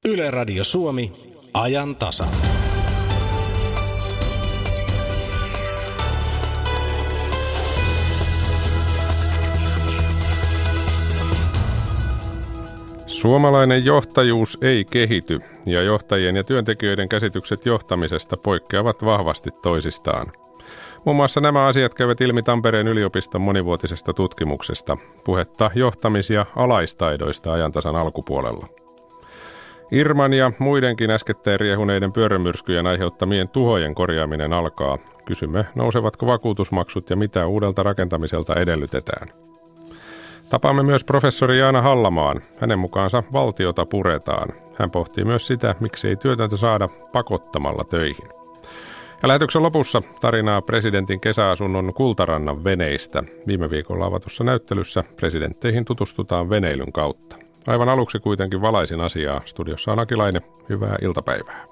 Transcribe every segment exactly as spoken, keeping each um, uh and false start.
Yle Radio Suomi, ajan tasa. Suomalainen johtajuus ei kehity, ja johtajien ja työntekijöiden käsitykset johtamisesta poikkeavat vahvasti toisistaan. Muun muassa nämä asiat käyvät ilmi Tampereen yliopiston monivuotisesta tutkimuksesta, puhetta johtamis- ja alaistaidoista ajantasan alkupuolella. Irman ja muidenkin äskettäin riehuneiden pyörremyrskyjen aiheuttamien tuhojen korjaaminen alkaa. Kysymme, nousevatko vakuutusmaksut ja mitä uudelta rakentamiselta edellytetään. Tapaamme myös professori Jaana Hallamaan. Hänen mukaansa valtiota puretaan. Hän pohtii myös sitä, miksi ei työtöntä saada pakottamalla töihin. Ja lähetyksen lopussa tarinaa presidentin kesäasunnon Kultarannan veneistä. Viime viikolla avatussa näyttelyssä presidentteihin tutustutaan veneilyn kautta. Aivan aluksi kuitenkin valaisin asiaa. Studiossa on Akilainen. Hyvää iltapäivää.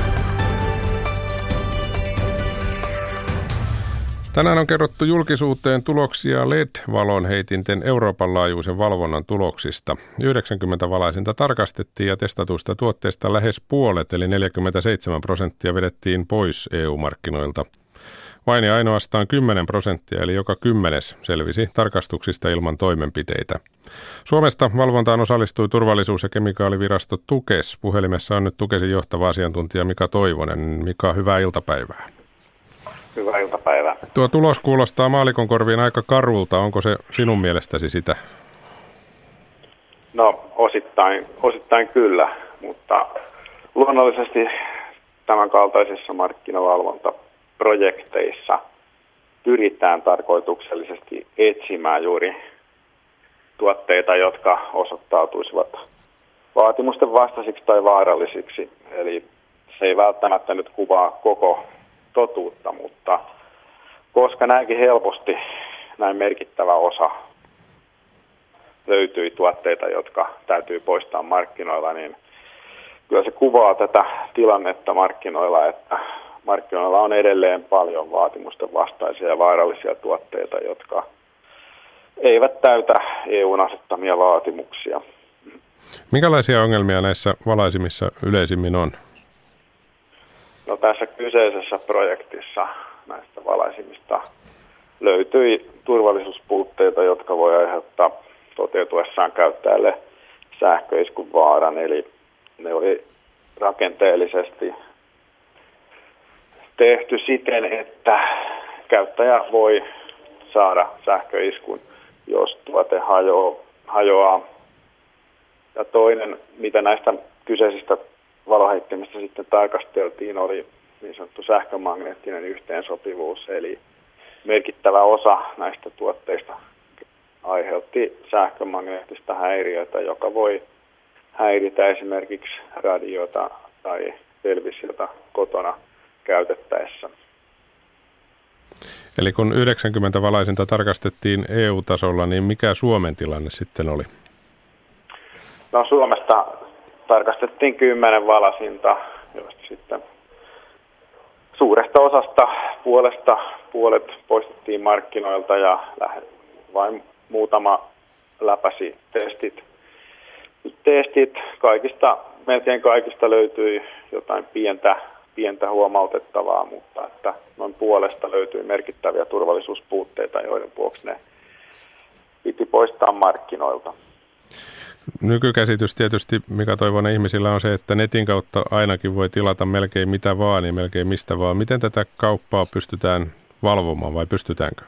Tänään on kerrottu julkisuuteen tuloksia L E D-valonheitinten Euroopan laajuisen valvonnan tuloksista. yhdeksänkymmentä valaisinta tarkastettiin ja testatuista tuotteista lähes puolet, eli neljäkymmentäseitsemän prosenttia vedettiin pois E U-markkinoilta. Vain ja ainoastaan kymmenen prosenttia, eli joka kymmenes, selvisi tarkastuksista ilman toimenpiteitä. Suomesta valvontaan osallistui turvallisuus- ja kemikaalivirasto Tukes. Puhelimessa on nyt Tukesin johtava asiantuntija Mika Toivonen. Mika, hyvää iltapäivää. Hyvää iltapäivää. Tuo tulos kuulostaa maalikon korviin aika karulta. Onko se sinun mielestäsi sitä? No osittain, osittain kyllä, mutta luonnollisesti tämän kaltaisissa markkinavalvontaprojekteissa pyritään tarkoituksellisesti etsimään juuri tuotteita, jotka osoittautuisivat vaatimusten vastaisiksi tai vaarallisiksi. Eli se ei välttämättä nyt kuvaa koko totuutta, mutta koska näinkin helposti näin merkittävä osa löytyi tuotteita, jotka täytyy poistaa markkinoilla, niin kyllä se kuvaa tätä tilannetta markkinoilla, että markkinoilla on edelleen paljon vaatimusten vastaisia ja vaarallisia tuotteita, jotka eivät täytä E U:n asettamia vaatimuksia. Minkälaisia ongelmia näissä valaisimissa yleisimmin on? No, tässä kyseisessä projektissa näistä valaisimista löytyi turvallisuuspuutteita, jotka voi aiheuttaa toteutuessaan käyttäjälle sähköiskun vaaran. Eli ne oli rakenteellisesti tehty siten, että käyttäjä voi saada sähköiskun, jos tuote hajoaa. hajoaa. Ja toinen, mitä näistä kyseisistä valoheittimistä sitten tarkasteltiin, oli niin sanottu sähkömagneettinen yhteensopivuus, eli merkittävä osa näistä tuotteista aiheutti sähkömagneettista häiriötä, joka voi häiritä esimerkiksi radiota tai televisiota kotona käytettäessä. Eli kun yhdeksänkymmentä valaisinta tarkastettiin E U-tasolla, niin mikä Suomen tilanne sitten oli? No, Suomesta tarkastettiin kymmenen valaisinta, joista sitten suuresta osasta puolesta puolet poistettiin markkinoilta ja vain muutama läpäsi testit. Testit kaikista, melkein kaikista löytyi jotain pientä, pientä huomautettavaa, mutta että noin puolesta löytyi merkittäviä turvallisuuspuutteita, joiden vuoksi ne piti poistaa markkinoilta. Nykykäsitys tietysti, Mika Toivonen, ihmisillä on se, että netin kautta ainakin voi tilata melkein mitä vaan ja melkein mistä vaan. Miten tätä kauppaa pystytään valvomaan vai pystytäänkö?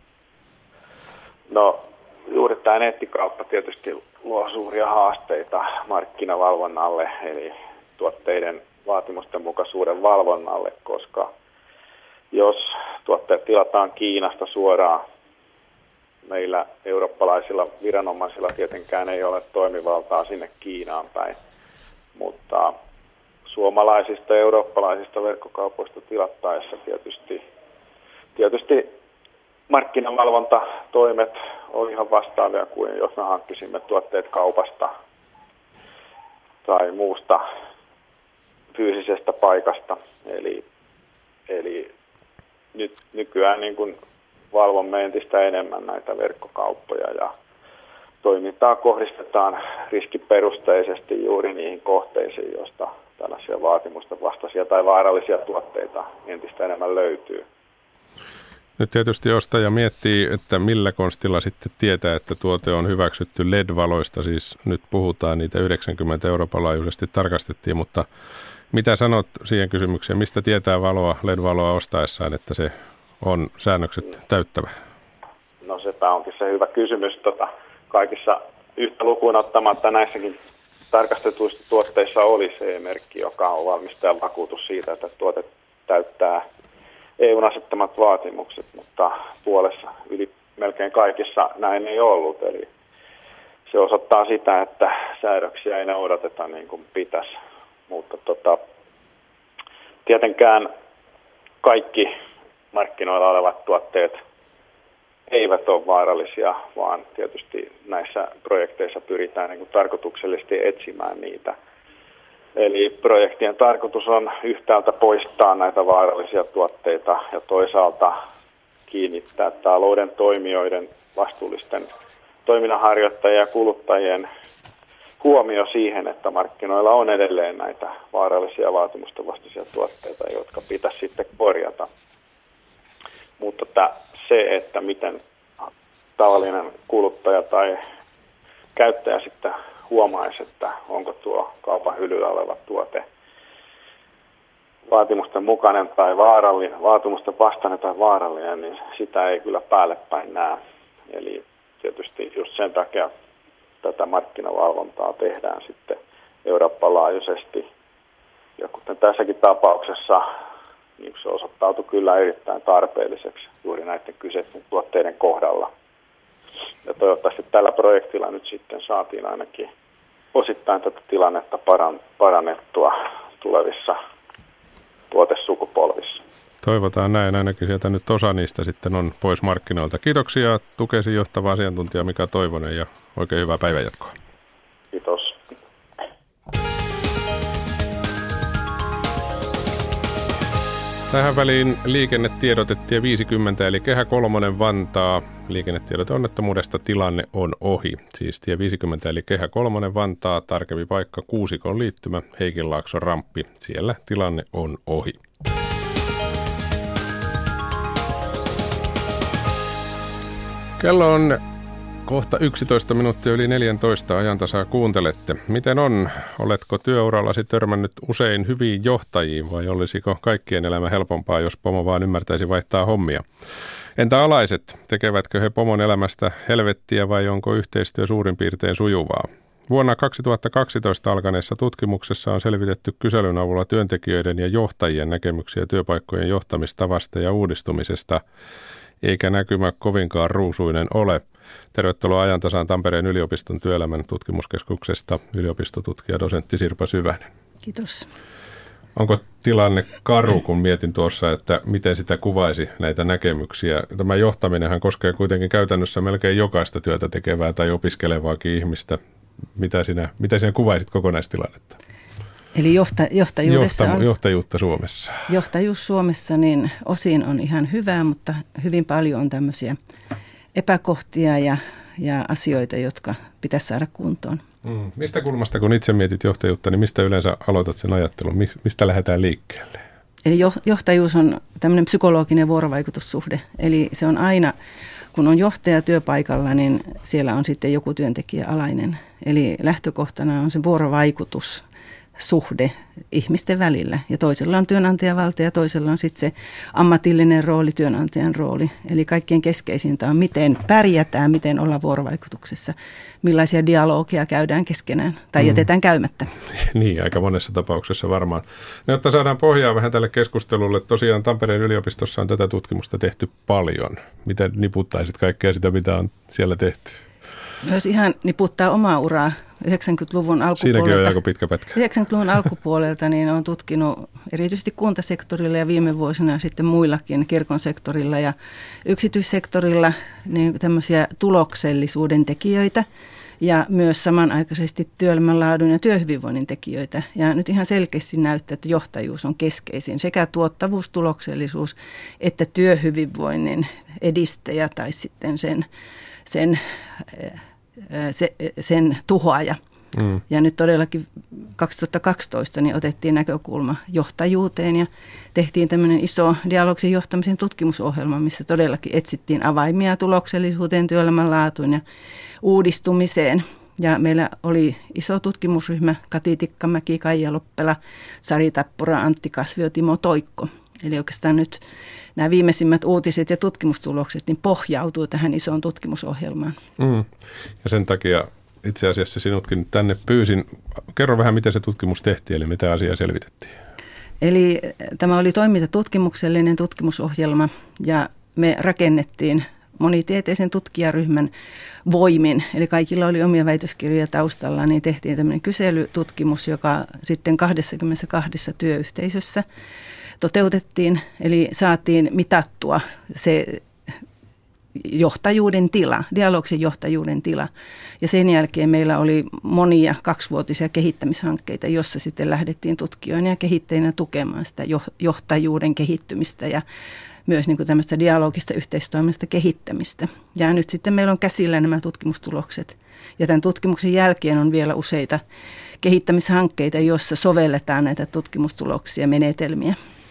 No, juuri tämä nettikauppa tietysti luo suuria haasteita markkinavalvonnalle, eli tuotteiden vaatimusten mukaisuuden valvonnalle, koska jos tuotteet tilataan Kiinasta suoraan, meillä eurooppalaisilla viranomaisilla tietenkään ei ole toimivaltaa sinne Kiinaan päin, mutta suomalaisista ja eurooppalaisista verkkokaupoista tilattaessa tietysti, tietysti markkinavalvontatoimet on ihan vastaavia kuin jos me hankkisimme tuotteet kaupasta tai muusta fyysisestä paikasta. Eli, eli nyt, nykyään niin kuin valvomme entistä enemmän näitä verkkokauppoja ja toimintaa kohdistetaan riskiperusteisesti juuri niihin kohteisiin, joista tällaisia vaatimusten vastaisia tai vaarallisia tuotteita entistä enemmän löytyy. Nyt tietysti ostaja miettii, että millä konstilla sitten tietää, että tuote on hyväksytty L E D-valoista, siis nyt puhutaan niitä yhdeksänkymmentä Euroopan laajuisesti tarkastettiin, mutta mitä sanot siihen kysymykseen, mistä tietää valoa, L E D-valoa ostaessaan, että se on säännökset täyttävä? No sepä onkin se hyvä kysymys. Tota, kaikissa yhtä lukuun ottamatta näissäkin tarkastetuissa tuotteissa oli C E-merkki, joka on valmistajan vakuutus siitä, että tuote täyttää E U:n asettamat vaatimukset, mutta puolessa yli melkein kaikissa näin ei ollut. Eli se osoittaa sitä, että säädöksiä ei noudateta niin kuin pitäisi. Mutta tota, tietenkään kaikki markkinoilla olevat tuotteet eivät ole vaarallisia, vaan tietysti näissä projekteissa pyritään niin kuin tarkoituksellisesti etsimään niitä. Eli projektien tarkoitus on yhtäältä poistaa näitä vaarallisia tuotteita ja toisaalta kiinnittää talouden toimijoiden, vastuullisten toiminnanharjoittajien ja kuluttajien huomio siihen, että markkinoilla on edelleen näitä vaarallisia vaatimusten vastaisia tuotteita, jotka pitäisi sitten korjata. Mutta se, että miten tavallinen kuluttaja tai käyttäjä sitten huomaisi, että onko tuo kaupan hyllyllä oleva tuote vaatimusten mukainen tai vaarallinen, vaatimusten vastainen tai vaarallinen, niin sitä ei kyllä päälle päin näe. Eli tietysti just sen takia tätä markkinavalvontaa tehdään sitten Eurooppa-laajuisesti. Ja kuten tässäkin tapauksessa, niin se osoittautui kyllä erittäin tarpeelliseksi juuri näiden kyseisten tuotteiden kohdalla. Ja toivottavasti tällä projektilla nyt sitten saatiin ainakin osittain tätä tilannetta parannettua tulevissa tuotesukupolvissa. Toivotaan näin, ainakin sieltä nyt osa niistä sitten on pois markkinoilta. Kiitoksia Tukesin johtava asiantuntija Mika Toivonen ja oikein hyvää päivänjatkoa. Kiitos. Tähän väliin liikennetiedote tie viisikymmentä eli Kehä kolmonen Vantaa. Liikennetiedote onnettomuudesta tilanne on ohi. Siis tie viisikymmentä eli Kehä kolmonen Vantaa, tarkempi paikka Kuusikon liittymä, Heikinlaakson ramppi. Siellä tilanne on ohi. Kello on kohta yksitoista minuuttia yli neljätoista, ajantasaa kuuntelette. Miten on? Oletko työurallasi törmännyt usein hyviin johtajiin vai olisiko kaikkien elämä helpompaa, jos pomo vaan ymmärtäisi vaihtaa hommia? Entä alaiset? Tekevätkö he pomon elämästä helvettiä vai onko yhteistyö suurin piirtein sujuvaa? Vuonna kaksituhattakaksitoista alkaneessa tutkimuksessa on selvitetty kyselyn avulla työntekijöiden ja johtajien näkemyksiä työpaikkojen johtamistavasta ja uudistumisesta, eikä näkymä kovinkaan ruusuinen ole. Tervetuloa Ajantasaan Tampereen yliopiston työelämän tutkimuskeskuksesta yliopistotutkija dosentti Sirpa Syvänen. Kiitos. Onko tilanne karu, kun mietin tuossa, että miten sitä kuvaisi näitä näkemyksiä? Tämä johtaminenhan koskee kuitenkin käytännössä melkein jokaista työtä tekevää tai opiskelevaakin ihmistä. Mitä sinä, mitä sinä kuvaisit kokonaistilannetta? Eli johta, johtajuudessa Johta, on, johtajuutta Suomessa. Johtajuus Suomessa niin osin on ihan hyvää, mutta hyvin paljon on tämmöisiä epäkohtia ja, ja asioita, jotka pitäisi saada kuntoon. Mm. Mistä kulmasta, kun itse mietit johtajuutta, niin mistä yleensä aloitat sen ajattelun? Mistä lähdetään liikkeelle? Eli johtajuus on tämmöinen psykologinen vuorovaikutussuhde. Eli se on aina, kun on johtaja työpaikalla, niin siellä on sitten joku työntekijä alainen. Eli lähtökohtana on se vuorovaikutus. Suhde ihmisten välillä. Ja toisella on työnantajavalta ja toisella on sitten se ammatillinen rooli, työnantajan rooli. Eli kaikkein keskeisintä on, miten pärjätään, miten ollaan vuorovaikutuksessa, millaisia dialogia käydään keskenään tai mm. jätetään käymättä. Niin, aika monessa tapauksessa varmaan. No, jotta saadaan pohjaa vähän tälle keskustelulle, tosiaan Tampereen yliopistossa on tätä tutkimusta tehty paljon. Miten niputtaisit kaikkea sitä, mitä on siellä tehty? Jos ihan niputtaa omaa uraa yhdeksänkymmentäluvun alkupuolelta, siinäkin on aika pitkä pätkä. yhdeksänkymmentäluvun alkupuolelta niin olen tutkinut erityisesti kuntasektorilla ja viime vuosina sitten muillakin kirkon sektorilla ja yksityissektorilla niin tämmöisiä tuloksellisuuden tekijöitä ja myös samanaikaisesti työelämän laadun ja työhyvinvoinnin tekijöitä. Ja nyt ihan selkeästi näyttää, että johtajuus on keskeisin sekä tuottavuus, tuloksellisuus että työhyvinvoinnin edistäjä tai sitten sen sen se, sen tuhoaja. Mm. Ja nyt todellakin kaksituhattakaksitoista niin otettiin näkökulma johtajuuteen ja tehtiin tämmöinen iso dialogisen johtamisen tutkimusohjelma, missä todellakin etsittiin avaimia tuloksellisuuteen, työelämän laatuun ja uudistumiseen. Ja meillä oli iso tutkimusryhmä, Kati Tikkamäki, Kaija Loppela, Sari Tappura, Antti Kasvio, Timo Toikko. Eli oikeastaan nyt nämä viimeisimmät uutiset ja tutkimustulokset niin pohjautuu tähän isoon tutkimusohjelmaan. Mm. Ja sen takia itse asiassa sinutkin tänne pyysin. Kerro vähän, miten se tutkimus tehtiin, eli mitä asiaa selvitettiin. Eli tämä oli toimintatutkimuksellinen tutkimusohjelma ja me rakennettiin monitieteisen tutkijaryhmän voimin. Eli kaikilla oli omia väitöskirjoja taustalla, niin tehtiin tämmöinen kyselytutkimus, joka sitten kaksikymmentäkaksi työyhteisössä toteutettiin. Eli saatiin mitattua se johtajuuden tila, dialogisen johtajuuden tila. Ja sen jälkeen meillä oli monia kaksivuotisia kehittämishankkeita, jossa sitten lähdettiin tutkijoina ja kehittäjinä tukemaan sitä johtajuuden kehittymistä ja myös niin kuin tämmöistä dialogista yhteistoiminnasta kehittämistä. Ja nyt sitten meillä on käsillä nämä tutkimustulokset. Ja tämän tutkimuksen jälkeen on vielä useita kehittämishankkeita, joissa sovelletaan näitä tutkimustuloksia ja menetelmiä.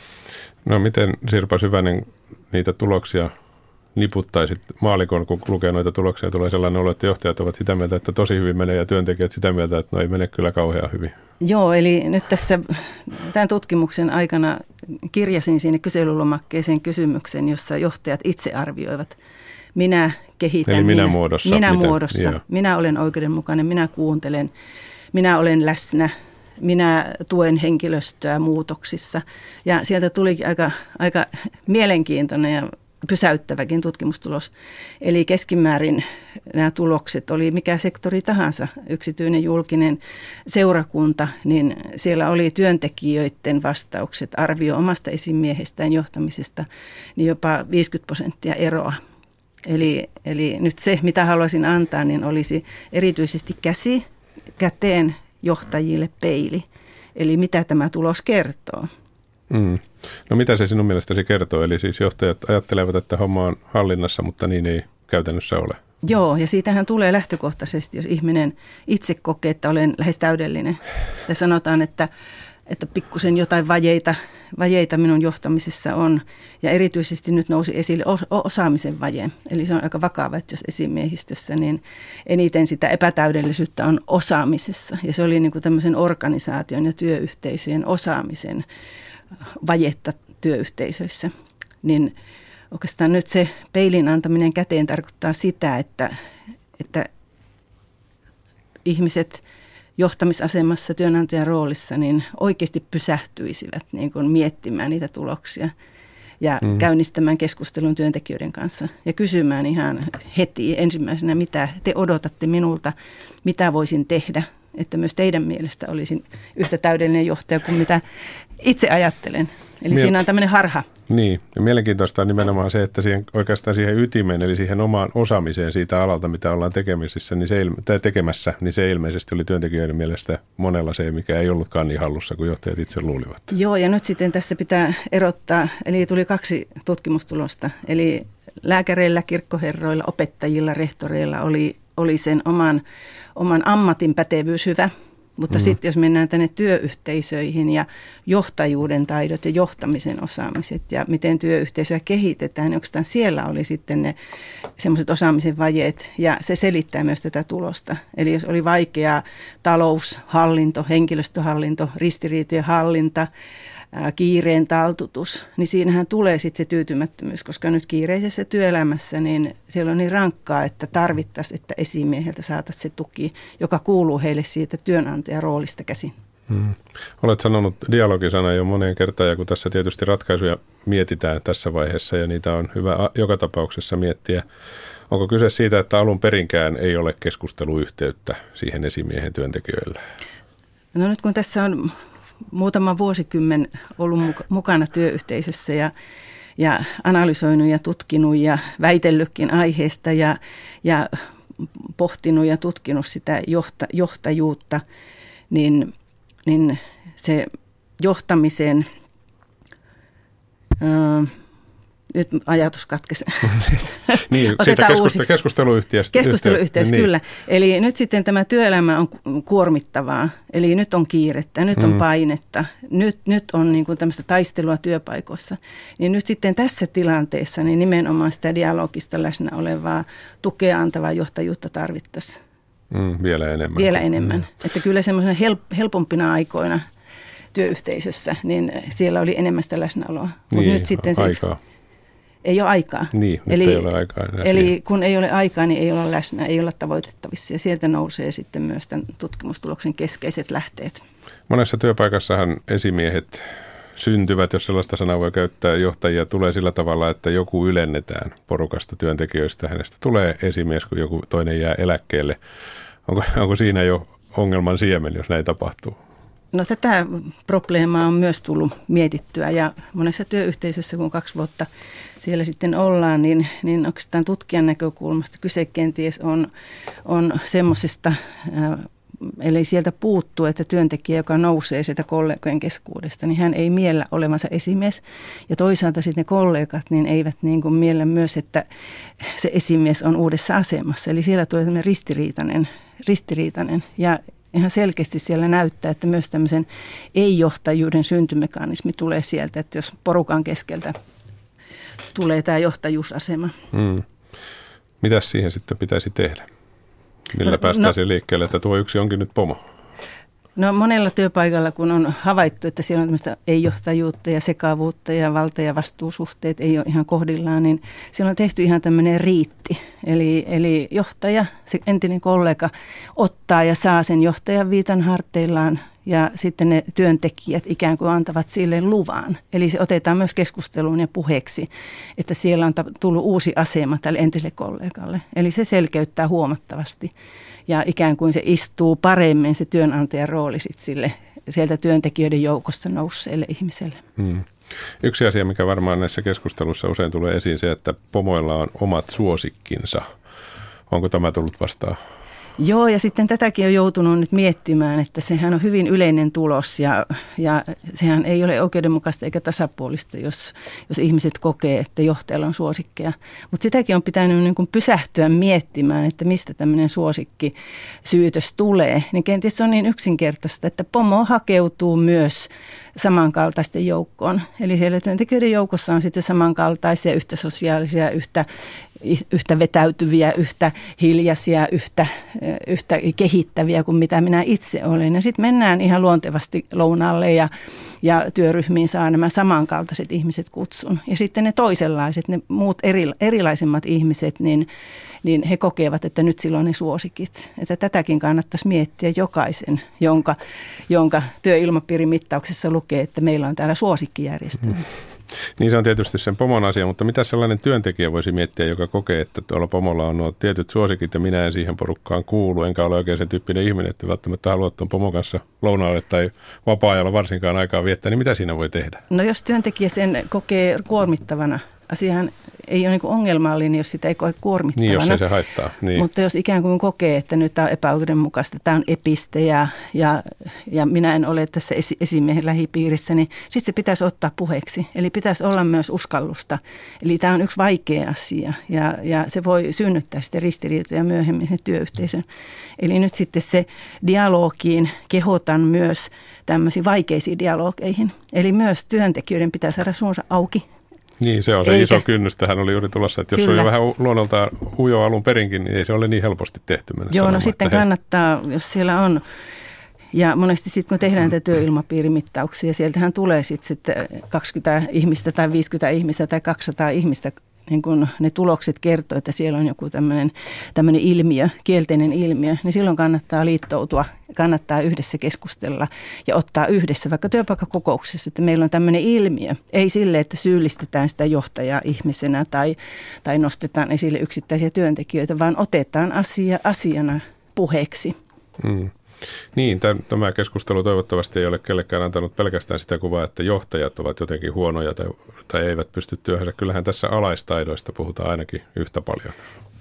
No miten, Sirpa Syvänen, niitä tuloksia niputtaisit maalikon, kun lukee noita tuloksia, tulee sellainen olo, että johtajat ovat sitä mieltä, että tosi hyvin menee ja työntekijät sitä mieltä, että no ei mene kyllä kauhean hyvin. Joo, eli nyt tässä tämän tutkimuksen aikana kirjasin sinne kyselylomakkeeseen kysymyksen, jossa johtajat itse arvioivat. Minä kehitän. Eli minä muodossa. Minä miten? muodossa. Joo. Minä olen oikeudenmukainen, minä kuuntelen, minä olen läsnä. Minä tuen henkilöstöä muutoksissa. Ja sieltä tulikin aika, aika mielenkiintoinen ja pysäyttäväkin tutkimustulos. Eli keskimäärin nämä tulokset oli mikä sektori tahansa, yksityinen, julkinen, seurakunta, niin siellä oli työntekijöiden vastaukset, arvio omasta esimiehestään johtamisesta, niin jopa viisikymmentä prosenttia eroa. Eli, eli nyt se, mitä haluaisin antaa, niin olisi erityisesti käsi käteen johtajille peili. Eli mitä tämä tulos kertoo. Mm. No mitä se sinun mielestäsi kertoo? Eli siis johtajat ajattelevat, että homma on hallinnassa, mutta niin ei käytännössä ole. Joo, ja siitähän tulee lähtökohtaisesti, jos ihminen itse kokee, että olen lähes täydellinen. Ja sanotaan, että, että pikkusen jotain vajeita, vajeita minun johtamisessa on. Ja erityisesti nyt nousi esille osaamisen vaje. Eli se on aika vakava, että jos esimiehistössä, niin eniten sitä epätäydellisyyttä on osaamisessa. Ja se oli niin kuin tämmöisen organisaation ja työyhteisöjen osaamisen vajetta työyhteisöissä, niin oikeastaan nyt se peilin antaminen käteen tarkoittaa sitä, että, että ihmiset johtamisasemassa työnantajan roolissa niin oikeasti pysähtyisivät niin kuin miettimään niitä tuloksia ja mm. käynnistämään keskustelun työntekijöiden kanssa ja kysymään ihan heti ensimmäisenä, mitä te odotatte minulta, mitä voisin tehdä, että myös teidän mielestä olisin yhtä täydellinen johtaja kuin mitä itse ajattelen. Eli Miel- siinä on tämmöinen harha. Niin, ja mielenkiintoista on nimenomaan se, että siihen, oikeastaan siihen ytimeen, eli siihen omaan osaamiseen siitä alalta, mitä ollaan tekemisissä, niin se ilme- tai tekemässä, niin se ilmeisesti oli työntekijöiden mielestä monella se, mikä ei ollutkaan niin hallussa kuin johtajat itse luulivat. Joo, ja nyt sitten tässä pitää erottaa, eli tuli kaksi tutkimustulosta, eli lääkäreillä, kirkkoherroilla, opettajilla, rehtoreilla oli, oli sen oman, oman ammatin pätevyys hyvä. Mutta mm. sitten jos mennään tänne työyhteisöihin ja johtajuuden taidot ja johtamisen osaamiset ja miten työyhteisöä kehitetään, niin oikeastaan siellä oli sitten ne semmoiset osaamisen vajeet ja se selittää myös tätä tulosta. Eli jos oli vaikeaa taloushallinto, henkilöstöhallinto, ristiriitojen hallinta, kiireen taltutus, niin siinähän tulee sitten se tyytymättömyys, koska nyt kiireisessä työelämässä niin siellä on niin rankkaa, että tarvittaisiin, että esimieheltä saataisiin se tuki, joka kuuluu heille siitä työnantajan roolista käsin. Hmm. Olet sanonut dialogisana jo moneen kertaan, ja kun tässä tietysti ratkaisuja mietitään tässä vaiheessa, ja niitä on hyvä joka tapauksessa miettiä. Onko kyse siitä, että alun perinkään ei ole keskusteluyhteyttä siihen esimiehen työntekijöille? No nyt kun tässä on muutama vuosikymmen ollut mukana työyhteisössä ja, ja analysoinut ja tutkinut ja väitellytkin aiheesta ja, ja pohtinut ja tutkinut sitä johta, johtajuutta, niin, niin se johtamisen, nyt ajatus katkesi. Niin, siitä keskustelu, keskusteluyhteys. Keskusteluyhteys, niin. Kyllä. Eli nyt sitten tämä työelämä on kuormittavaa, eli nyt on kiirettä, nyt on mm. painetta, nyt, nyt on niin kuin tämmöistä taistelua työpaikoissa. Niin nyt sitten tässä tilanteessa niin nimenomaan sitä dialogista läsnä olevaa tukea antavaa johtajuutta tarvittaisiin. Mm, vielä enemmän. Vielä enemmän. Mm. Että kyllä semmoisena help- helpompina aikoina työyhteisössä, niin siellä oli enemmän sitä läsnäoloa. Niin, nyt sitten se aikaa. Ei ole aikaa. Niin, nyt eli, ei ole aikaa enää Eli siihen. kun ei ole aikaa, niin ei olla läsnä, ei olla tavoitettavissa. Ja sieltä nousee sitten myös tämän tutkimustuloksen keskeiset lähteet. Monessa työpaikassahan esimiehet syntyvät, jos sellaista sanaa voi käyttää, johtajia tulee sillä tavalla, että joku ylennetään porukasta työntekijöistä. Hänestä tulee esimies, kun joku toinen jää eläkkeelle. Onko, onko siinä jo ongelman siemen, jos näin tapahtuu? No tätä probleemaa on myös tullut mietittyä ja monessa työyhteisössä, kun kaksi vuotta siellä sitten ollaan, niin, niin oikeastaan tutkijan näkökulmasta kyse kenties on, on semmoisesta, eli sieltä puuttuu, että työntekijä, joka nousee sieltä kollegojen keskuudesta, niin hän ei miellä olevansa esimies. Ja toisaalta sitten ne kollegat niin eivät niin kuin miellä myös, että se esimies on uudessa asemassa. Eli siellä tulee tämmöinen ristiriitainen, ristiriitainen ja ihan selkeästi siellä näyttää, että myös tämmöisen ei-johtajuuden syntymekanismi tulee sieltä, että jos porukan keskeltä tulee tämä johtajuusasema. Mm. Mitäs siihen sitten pitäisi tehdä? Millä no, päästään no, liikkeelle, että tuo yksi onkin nyt pomo? No monella työpaikalla, kun on havaittu, että siellä on tämmöistä ei-johtajuutta ja sekavuutta ja valta- ja vastuusuhteet ei ole ihan kohdillaan, niin siellä on tehty ihan tämmöinen riitti. Eli, eli johtaja, se entinen kollega, ottaa ja saa sen johtajan viitan harteillaan ja sitten ne työntekijät ikään kuin antavat sille luvan. Eli se otetaan myös keskusteluun ja puheeksi, että siellä on tullut uusi asema tälle entiselle kollegalle. Eli se selkeyttää huomattavasti. Ja ikään kuin se istuu paremmin se työnantajan rooli sit sille sieltä työntekijöiden joukosta nousseelle ihmiselle. Hmm. Yksi asia, mikä varmaan näissä keskusteluissa usein tulee esiin, se, että pomoilla on omat suosikkinsa. Onko tämä tullut vastaan? Joo, ja sitten tätäkin on joutunut nyt miettimään, että sehän on hyvin yleinen tulos ja, ja sehän ei ole oikeudenmukaista eikä tasapuolista, jos, jos ihmiset kokee, että johtajalla on suosikkeja. Mutta sitäkin on pitänyt niin kuin pysähtyä miettimään, että mistä tämmöinen suosikkisyytös tulee. Niin kenties se on niin yksinkertaista, että pomo hakeutuu myös samankaltaisten joukkoon. Eli siellä työntekijöiden joukossa on sitten samankaltaisia, yhtä sosiaalisia, yhtä, yhtä vetäytyviä, yhtä hiljaisia, yhtä, yhtä kehittäviä kuin mitä minä itse olen. Ja sitten mennään ihan luontevasti lounaalle ja, ja työryhmiin saa nämä samankaltaiset ihmiset kutsun. Ja sitten ne toisenlaiset, ne muut eri, erilaisemmat ihmiset, niin, niin he kokevat, että nyt silloin ne suosikit. Että tätäkin kannattaisi miettiä jokaisen, jonka, jonka työilmapiirimittauksessa lukee, että meillä on täällä suosikkijärjestelmä. Hmm. Niin se on tietysti sen pomon asia, mutta mitä sellainen työntekijä voisi miettiä, joka kokee, että tuolla pomolla on nuo tietyt suosikit ja minä en siihen porukkaan kuulu, enkä ole oikein sen tyyppinen ihminen, että välttämättä haluaa tuon pomon kanssa lounaalle tai vapaa-ajalla varsinkaan aikaa viettää, niin mitä siinä voi tehdä? No jos työntekijä sen kokee kuormittavana, asiahan ei ole niin kuin ongelmallinen, jos sitä ei koe kuormittavana. Niin, jos ei se haittaa. Niin. Mutta jos ikään kuin kokee, että nyt tämä on epäoikeudenmukaista, tämä on episte ja, ja, ja minä en ole tässä esi- esimiehen lähipiirissä, niin sitten se pitäisi ottaa puheeksi. Eli pitäisi olla myös uskallusta. Eli tämä on yksi vaikea asia ja, ja se voi synnyttää sitten ristiriitoja myöhemmin sen työyhteisön. Eli nyt sitten se dialogiin kehotan myös tämmöisiin vaikeisiin dialogeihin. Eli myös työntekijöiden pitää saada suunsa auki. Niin, se on se Eikä. iso kynnys. Tähän oli juuri tulossa, että jos Kyllä. on jo vähän luonnoltaan ujo alun perinkin, niin ei se ole niin helposti tehty. Joo, no sitten he... kannattaa, jos siellä on, ja monesti sitten kun tehdään näitä työilmapiirimittauksia, sieltähän tulee sitten sit kaksikymmentä ihmistä tai viisikymmentä ihmistä tai kaksisataa ihmistä, niin kun ne tulokset kertoo, että siellä on joku tämmöinen, tämmöinen ilmiö, kielteinen ilmiö, niin silloin kannattaa liittoutua, kannattaa yhdessä keskustella ja ottaa yhdessä vaikka työpaikkakokouksessa, että meillä on tämmöinen ilmiö. Ei sille, että syyllistetään sitä johtajaa ihmisenä tai, tai nostetaan esille yksittäisiä työntekijöitä, vaan otetaan asia asiana puheeksi. Hmm. Niin, tämä keskustelu toivottavasti ei ole kellekään antanut pelkästään sitä kuvaa, että johtajat ovat jotenkin huonoja tai, tai eivät pysty työhönsä. Kyllähän tässä alaistaidoista puhutaan ainakin yhtä paljon.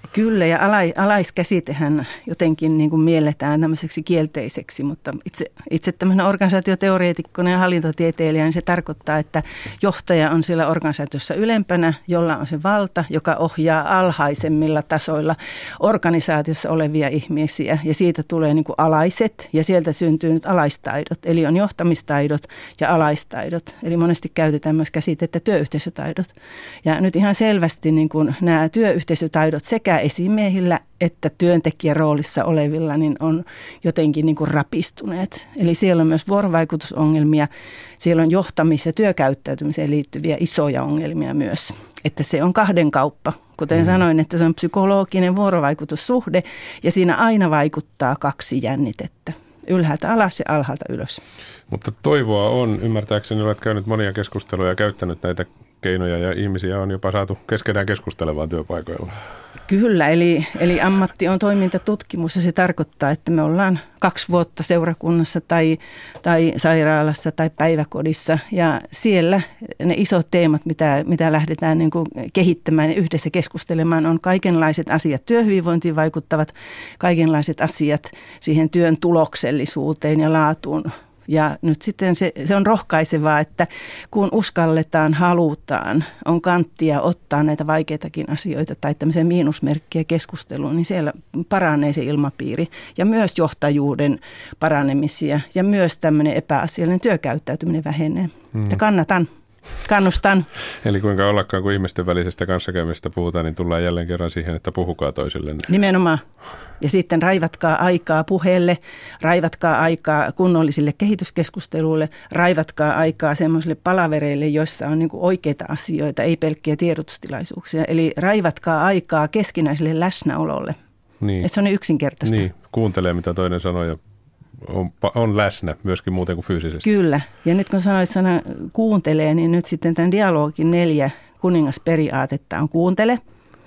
Kyllä, ja alai, alaiskäsitehän jotenkin niin kuin mielletään tämmöiseksi kielteiseksi, mutta itse, itse tämmöisenä organisaatioteoreetikkona ja hallintotieteilijänä niin se tarkoittaa, että johtaja on siellä organisaatiossa ylempänä, jolla on se valta, joka ohjaa alhaisemmilla tasoilla organisaatiossa olevia ihmisiä, ja siitä tulee niin kuin alaiset, ja sieltä syntyy nyt alaistaidot, eli on johtamistaidot ja alaistaidot, eli monesti käytetään myös käsitettä työyhteisötaidot, ja nyt ihan selvästi niin kuin nämä työyhteisötaidot sekä esimiehillä että työntekijän roolissa olevilla niin on jotenkin niin kuin rapistuneet. Eli siellä on myös vuorovaikutusongelmia, siellä on johtamis- ja työkäyttäytymiseen liittyviä isoja ongelmia myös. Että se on kahden kauppa. Kuten mm. sanoin, että se on psykologinen vuorovaikutussuhde ja siinä aina vaikuttaa kaksi jännitettä. Ylhäältä alas ja alhaalta ylös. Mutta toivoa on. Ymmärtääkseni olet käynyt monia keskusteluja ja käyttänyt näitä keinoja ja ihmisiä on jopa saatu keskenään keskustelemaan työpaikoilla. Kyllä, eli, eli ammatti on toimintatutkimus ja se tarkoittaa, että me ollaan kaksi vuotta seurakunnassa tai, tai sairaalassa tai päiväkodissa ja siellä ne isot teemat, mitä, mitä lähdetään niin kuin kehittämään ja yhdessä keskustelemaan, on kaikenlaiset asiat työhyvinvointiin vaikuttavat, kaikenlaiset asiat siihen työn tuloksellisuuteen ja laatuun. Ja nyt sitten se, se on rohkaisevaa, että kun uskalletaan, halutaan, on kanttia ottaa näitä vaikeitakin asioita tai tämmöisiä miinusmerkkiä keskusteluun, niin siellä paranee se ilmapiiri. Ja myös johtajuuden paranemisia ja myös tämmöinen epäasiallinen työkäyttäytyminen vähenee. Hmm. Ja kannatan. Kannustan. Eli kuinka ollakaan, kun ihmisten välisestä kanssakäymistä puhutaan, niin tullaan jälleen kerran siihen, että puhukaa toisillenne. Nimenomaan. Ja sitten raivatkaa aikaa puheelle, raivatkaa aikaa kunnollisille kehityskeskusteluille, raivatkaa aikaa semmoisille palavereille, joissa on niin kuin oikeita asioita, ei pelkkiä tiedotustilaisuuksia. Eli raivatkaa aikaa keskinäiselle läsnäololle. Niin. Että se on niin yksinkertaista. Niin, kuuntelee mitä toinen sanoo ja On, on läsnä myöskin muuten kuin fyysisesti. Kyllä. Ja nyt kun sanoit sana kuuntelee, niin nyt sitten tämän dialogin neljä kuningasperiaatetta on kuuntele,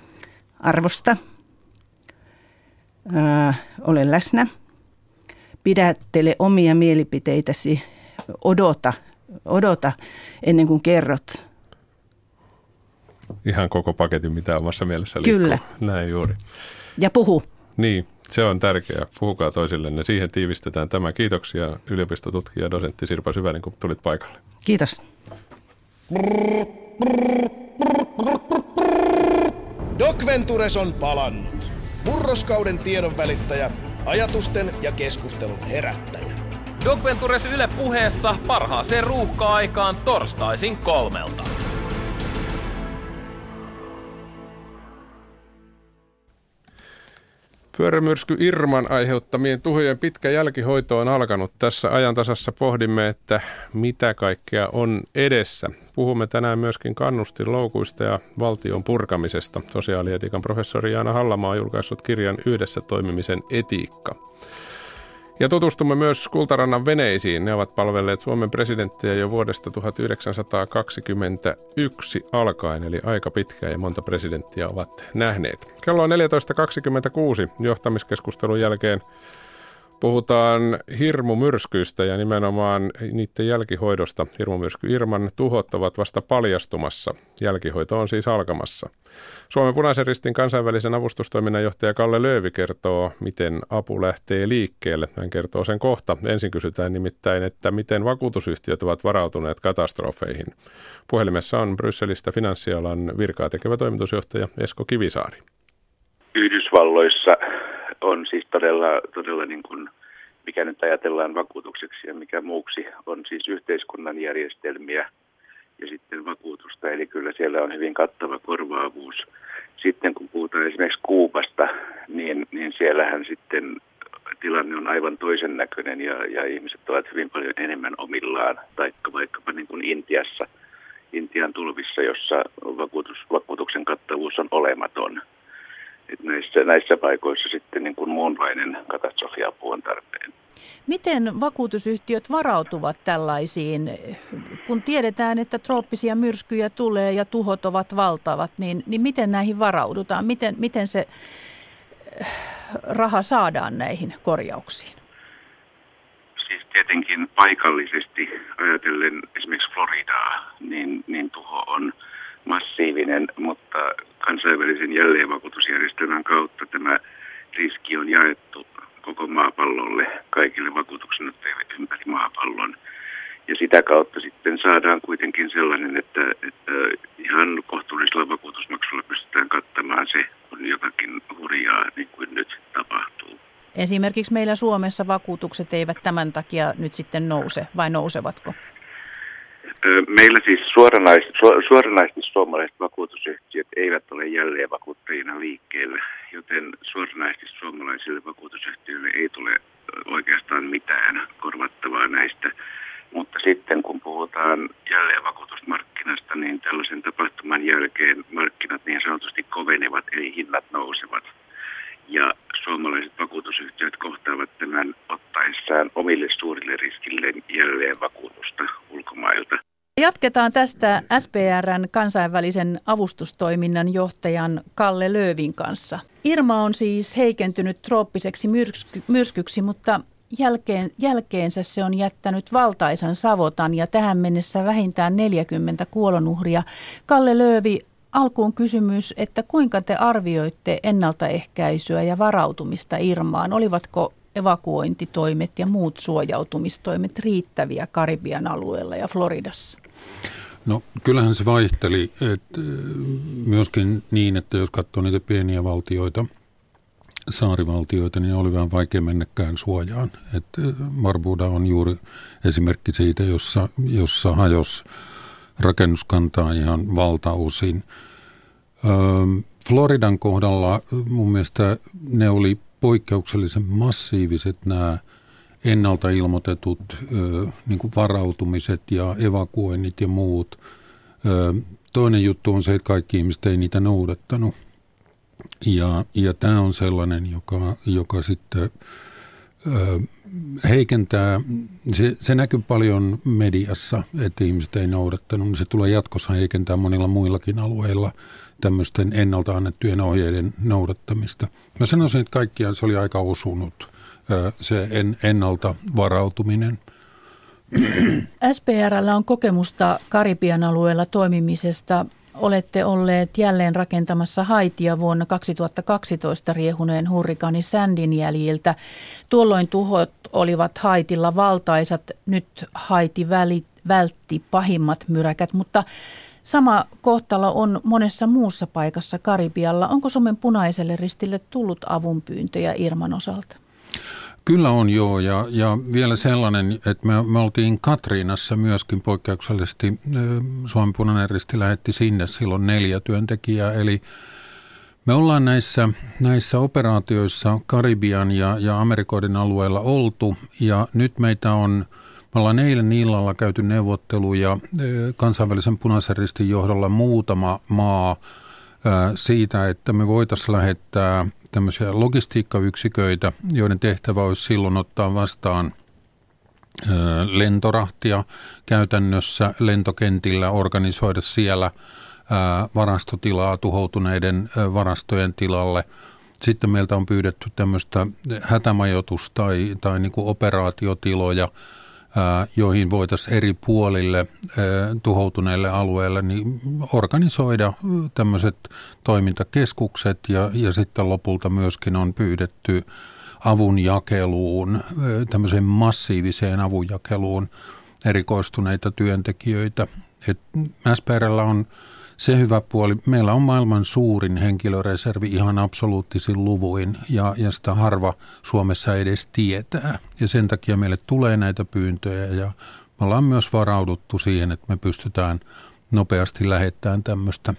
arvosta, ää, ole läsnä, pidättele omia mielipiteitäsi, odota, odota ennen kuin kerrot. Ihan koko paketin, mitä omassa mielessä liikkuu. Kyllä. Näin juuri. Ja puhu. Niin. Se on tärkeää. Puhukaa toisillenne. Siihen tiivistetään tämä. Kiitoksia yliopistotutkija ja dosentti Sirpa Syvänen, kun tulit paikalle. Kiitos. Doc Ventures on palannut. Murroskauden tiedonvälittäjä, ajatusten ja keskustelun herättäjä. Doc Ventures Yle Puheessa parhaaseen ruuhka-aikaan torstaisin kolmelta. Pyörämyrsky Irman aiheuttamien tuhojen pitkä jälkihoito on alkanut. Tässä ajantasassa pohdimme, että mitä kaikkea on edessä. Puhumme tänään myöskin kannustinloukuista ja valtion purkamisesta. Sosiaalietiikan professori Jaana Hallamaa on julkaissut kirjan Yhdessä toimimisen etiikka. Ja tutustumme myös Kultarannan veneisiin. Ne ovat palvelleet Suomen presidenttiä jo vuodesta tuhatyhdeksänsataakaksikymmentäyksi alkaen, eli aika pitkään ja monta presidenttiä ovat nähneet. Kello on neljätoista kaksikymmentäkuusi. Johtamiskeskustelun jälkeen puhutaan hirmumyrskyistä ja nimenomaan niiden jälkihoidosta. Hirmumyrsky Irman tuhot ovat vasta paljastumassa. Jälkihoito on siis alkamassa. Suomen Punaisen Ristin kansainvälisen avustustoiminnan johtaja Kalle Löövi kertoo, miten apu lähtee liikkeelle. Hän kertoo sen kohta. Ensin kysytään nimittäin, että miten vakuutusyhtiöt ovat varautuneet katastrofeihin. Puhelimessa on Brysselistä finanssialan virkaa tekevä toimitusjohtaja Esko Kivisaari. Yhdysvalloissa on siis todella, todella niin kuin, mikä nyt ajatellaan vakuutukseksi ja mikä muuksi, on siis yhteiskunnan järjestelmiä ja sitten vakuutusta. Eli kyllä siellä on hyvin kattava korvaavuus. Sitten kun puhutaan esimerkiksi Kuubasta, niin, niin siellähän sitten tilanne on aivan toisen näköinen ja, ja ihmiset ovat hyvin paljon enemmän omillaan. Taikka vaikkapa niin kuin Intiassa, Intian tulvissa, jossa vakuutus, vakuutuksen kattavuus on olematon. Että näissä, näissä paikoissa sitten niin kuin muunlainen katastrofiapu on tarpeen. Miten vakuutusyhtiöt varautuvat tällaisiin, kun tiedetään, että trooppisia myrskyjä tulee ja tuhot ovat valtavat, niin, niin miten näihin varaudutaan? Miten, miten se raha saadaan näihin korjauksiin? Siis tietenkin paikallisesti ajatellen esimerkiksi Floridaa, niin, niin tuho on massiivinen, mutta kansainvälisen jälleenvakuutusjärjestelmän kautta tämä riski on jaettu koko maapallolle, kaikille vakuutuksenottajille ympäri maapallon. Ja sitä kautta sitten saadaan kuitenkin sellainen, että, että ihan kohtuullisella vakuutusmaksulla pystytään kattamaan se, kun jotakin hurjaa niin kuin nyt tapahtuu. Esimerkiksi meillä Suomessa vakuutukset eivät tämän takia nyt sitten nouse, vai nousevatko? Meillä siis suoranaisesti, suoranaisesti suomalaiset vakuutusyhtiöt eivät ole jälleen vakuuttajina liikkeellä, joten suoranaisesti suomalaisille vakuutusyhtiöille ei tule oikeastaan mitään korvattavaa näistä. Mutta sitten kun puhutaan jälleen vakuutusmarkkinasta, niin tällaisen tapahtuman jälkeen markkinat niin sanotusti kovenevat, eli hinnat nousevat. Ja suomalaiset vakuutusyhtiöt kohtaavat tämän ottaessaan omille suurille riskille jälleen vakuutusta ulkomailta. Jatketaan tästä S P R:n kansainvälisen avustustoiminnan johtajan Kalle Löövin kanssa. Irma on siis heikentynyt trooppiseksi myrsky, myrskyksi, mutta jälkeen, jälkeensä se on jättänyt valtaisan savotan ja tähän mennessä vähintään neljäkymmentä kuolonuhria. Kalle Löövi, alkuun kysymys, että kuinka te arvioitte ennaltaehkäisyä ja varautumista Irmaan? Olivatko evakuointitoimet ja muut suojautumistoimet riittäviä Karibian alueella ja Floridassa? No kyllähän se vaihteli, että myöskin niin, että jos katsoo niitä pieniä valtioita, saarivaltioita, niin oli vähän vaikea mennäkään suojaan. Että Barbuda on juuri esimerkki siitä, jossa, jossa hajosi rakennuskantaa ihan valtaosin. Floridan kohdalla mun mielestä ne oli poikkeuksellisen massiiviset nämä ennalta ilmoitetut niin kuin varautumiset ja evakuoinnit ja muut. Toinen juttu on se, että kaikki ihmiset ei niitä noudattanut. Ja, ja tämä on sellainen, joka, joka sitten ö, heikentää, se, se näkyy paljon mediassa, että ihmiset ei noudattanut, niin se tulee jatkossa heikentää monilla muillakin alueilla tämmöisten ennalta annettujen ohjeiden noudattamista. Mä sanoisin, että kaikkiaan se oli aika osunut, ö, se en, ennalta varautuminen. S P R:llä on kokemusta Karibian alueella toimimisesta. Olette olleet jälleen rakentamassa Haitia vuonna kaksituhattakaksitoista riehuneen hurrikaani Sandyn jäljiltä. Tuolloin tuhot olivat Haitilla valtaisat, nyt Haiti väli, vältti pahimmat myräkät, mutta sama kohtalo on monessa muussa paikassa Karibialla. Onko Suomen Punaiselle Ristille tullut avunpyyntöjä Irman osalta? Kyllä on joo, ja, ja vielä sellainen, että me, me oltiin Katriinassa myöskin poikkeuksellisesti, Suomen Punainen Risti lähetti sinne silloin neljä työntekijää, eli me ollaan näissä, näissä operaatioissa Karibian ja, ja Amerikoiden alueella oltu, ja nyt meitä on, me ollaan eilen illalla käyty neuvotteluja kansainvälisen Punaisen Ristin johdolla muutama maa siitä, että me voitaisiin lähettää tämmöisiä logistiikkayksiköitä, joiden tehtävä olisi silloin ottaa vastaan lentorahtia käytännössä lentokentillä, organisoida siellä varastotilaa tuhoutuneiden varastojen tilalle. Sitten meiltä on pyydetty tämmöistä hätämajoitus- tai, tai niin kuin operaatiotiloja, joihin voitaisiin eri puolille tuhoutuneille alueille niin organisoida tämmöiset toimintakeskukset ja, ja sitten lopulta myöskin on pyydetty avunjakeluun, tämmöiseen massiiviseen avunjakeluun erikoistuneita työntekijöitä. Et S P R:llä on se hyvä puoli, meillä on maailman suurin henkilöreservi ihan absoluuttisin luvuin ja, ja sitä harva Suomessa edes tietää. Ja sen takia meille tulee näitä pyyntöjä ja me ollaan myös varauduttu siihen, että me pystytään nopeasti lähettämään tämmöistä.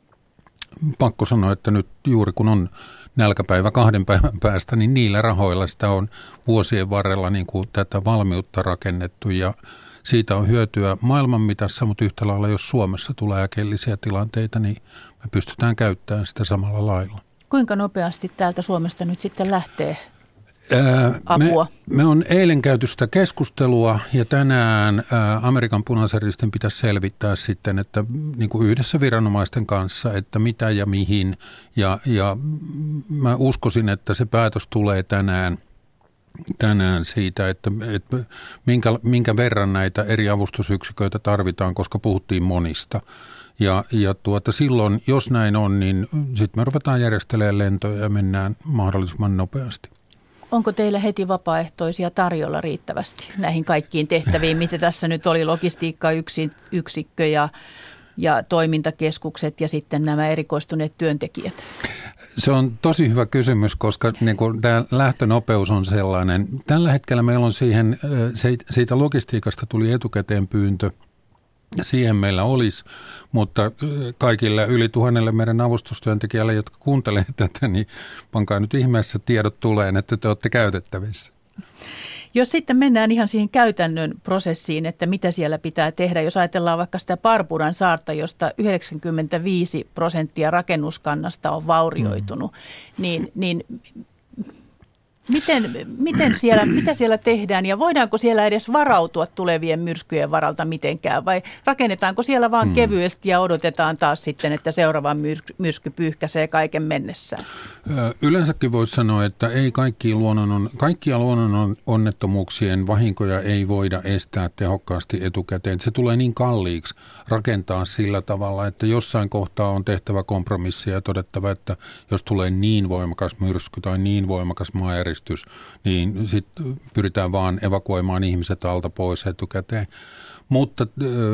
Pakko sanoa, että nyt juuri kun on nälkäpäivä kahden päivän päästä, niin niillä rahoilla sitä on vuosien varrella niin kuin tätä valmiutta rakennettu ja siitä on hyötyä maailman mitassa, mutta yhtä lailla, jos Suomessa tulee äkillisiä tilanteita, niin me pystytään käyttämään sitä samalla lailla. Kuinka nopeasti täältä Suomesta nyt sitten lähtee ää, apua? Me, me on eilen käyty sitä keskustelua ja tänään ää, Amerikan Punaisen Ristin pitäisi selvittää sitten, että niin kuin yhdessä viranomaisten kanssa, että mitä ja mihin. Ja, ja mä uskoisin, että se päätös tulee tänään. tänään siitä, että, että minkä, minkä verran näitä eri avustusyksiköitä tarvitaan, koska puhuttiin monista. Ja, ja tuota, silloin, jos näin on, niin sitten me ruvetaan järjestelemään lentoja ja mennään mahdollisimman nopeasti. Onko teillä heti vapaaehtoisia tarjolla riittävästi näihin kaikkiin tehtäviin, mitä tässä nyt oli, logistiikkayksikkö ja, ja toimintakeskukset ja sitten nämä erikoistuneet työntekijät? Se on tosi hyvä kysymys, koska niin kuin tämä lähtönopeus on sellainen. Tällä hetkellä meillä on siihen, siitä logistiikasta tuli etukäteen pyyntö. Siihen meillä olisi, mutta kaikille yli tuhannelle meidän avustustyöntekijälle, jotka kuuntelee tätä, niin pankaa nyt ihmeessä tiedot tulee, että te olette käytettävissä. Jos sitten mennään ihan siihen käytännön prosessiin, että mitä siellä pitää tehdä, jos ajatellaan vaikka sitä Parpuran saarta, josta yhdeksänkymmentäviisi prosenttia rakennuskannasta on vaurioitunut, mm. niin, niin Miten, miten siellä, mitä siellä tehdään ja voidaanko siellä edes varautua tulevien myrskyjen varalta mitenkään vai rakennetaanko siellä vaan hmm. kevyesti ja odotetaan taas sitten, että seuraava myrsky pyyhkäisee kaiken mennessään? Yleensäkin voisi sanoa, että ei kaikkia, luonnon, kaikkia luonnon onnettomuuksien vahinkoja ei voida estää tehokkaasti etukäteen. Se tulee niin kalliiksi rakentaa sillä tavalla, että jossain kohtaa on tehtävä kompromissi ja todettava, että jos tulee niin voimakas myrsky tai niin voimakas maajärjestys, niin sitten pyritään vaan evakuoimaan ihmiset alta pois etukäteen. Mutta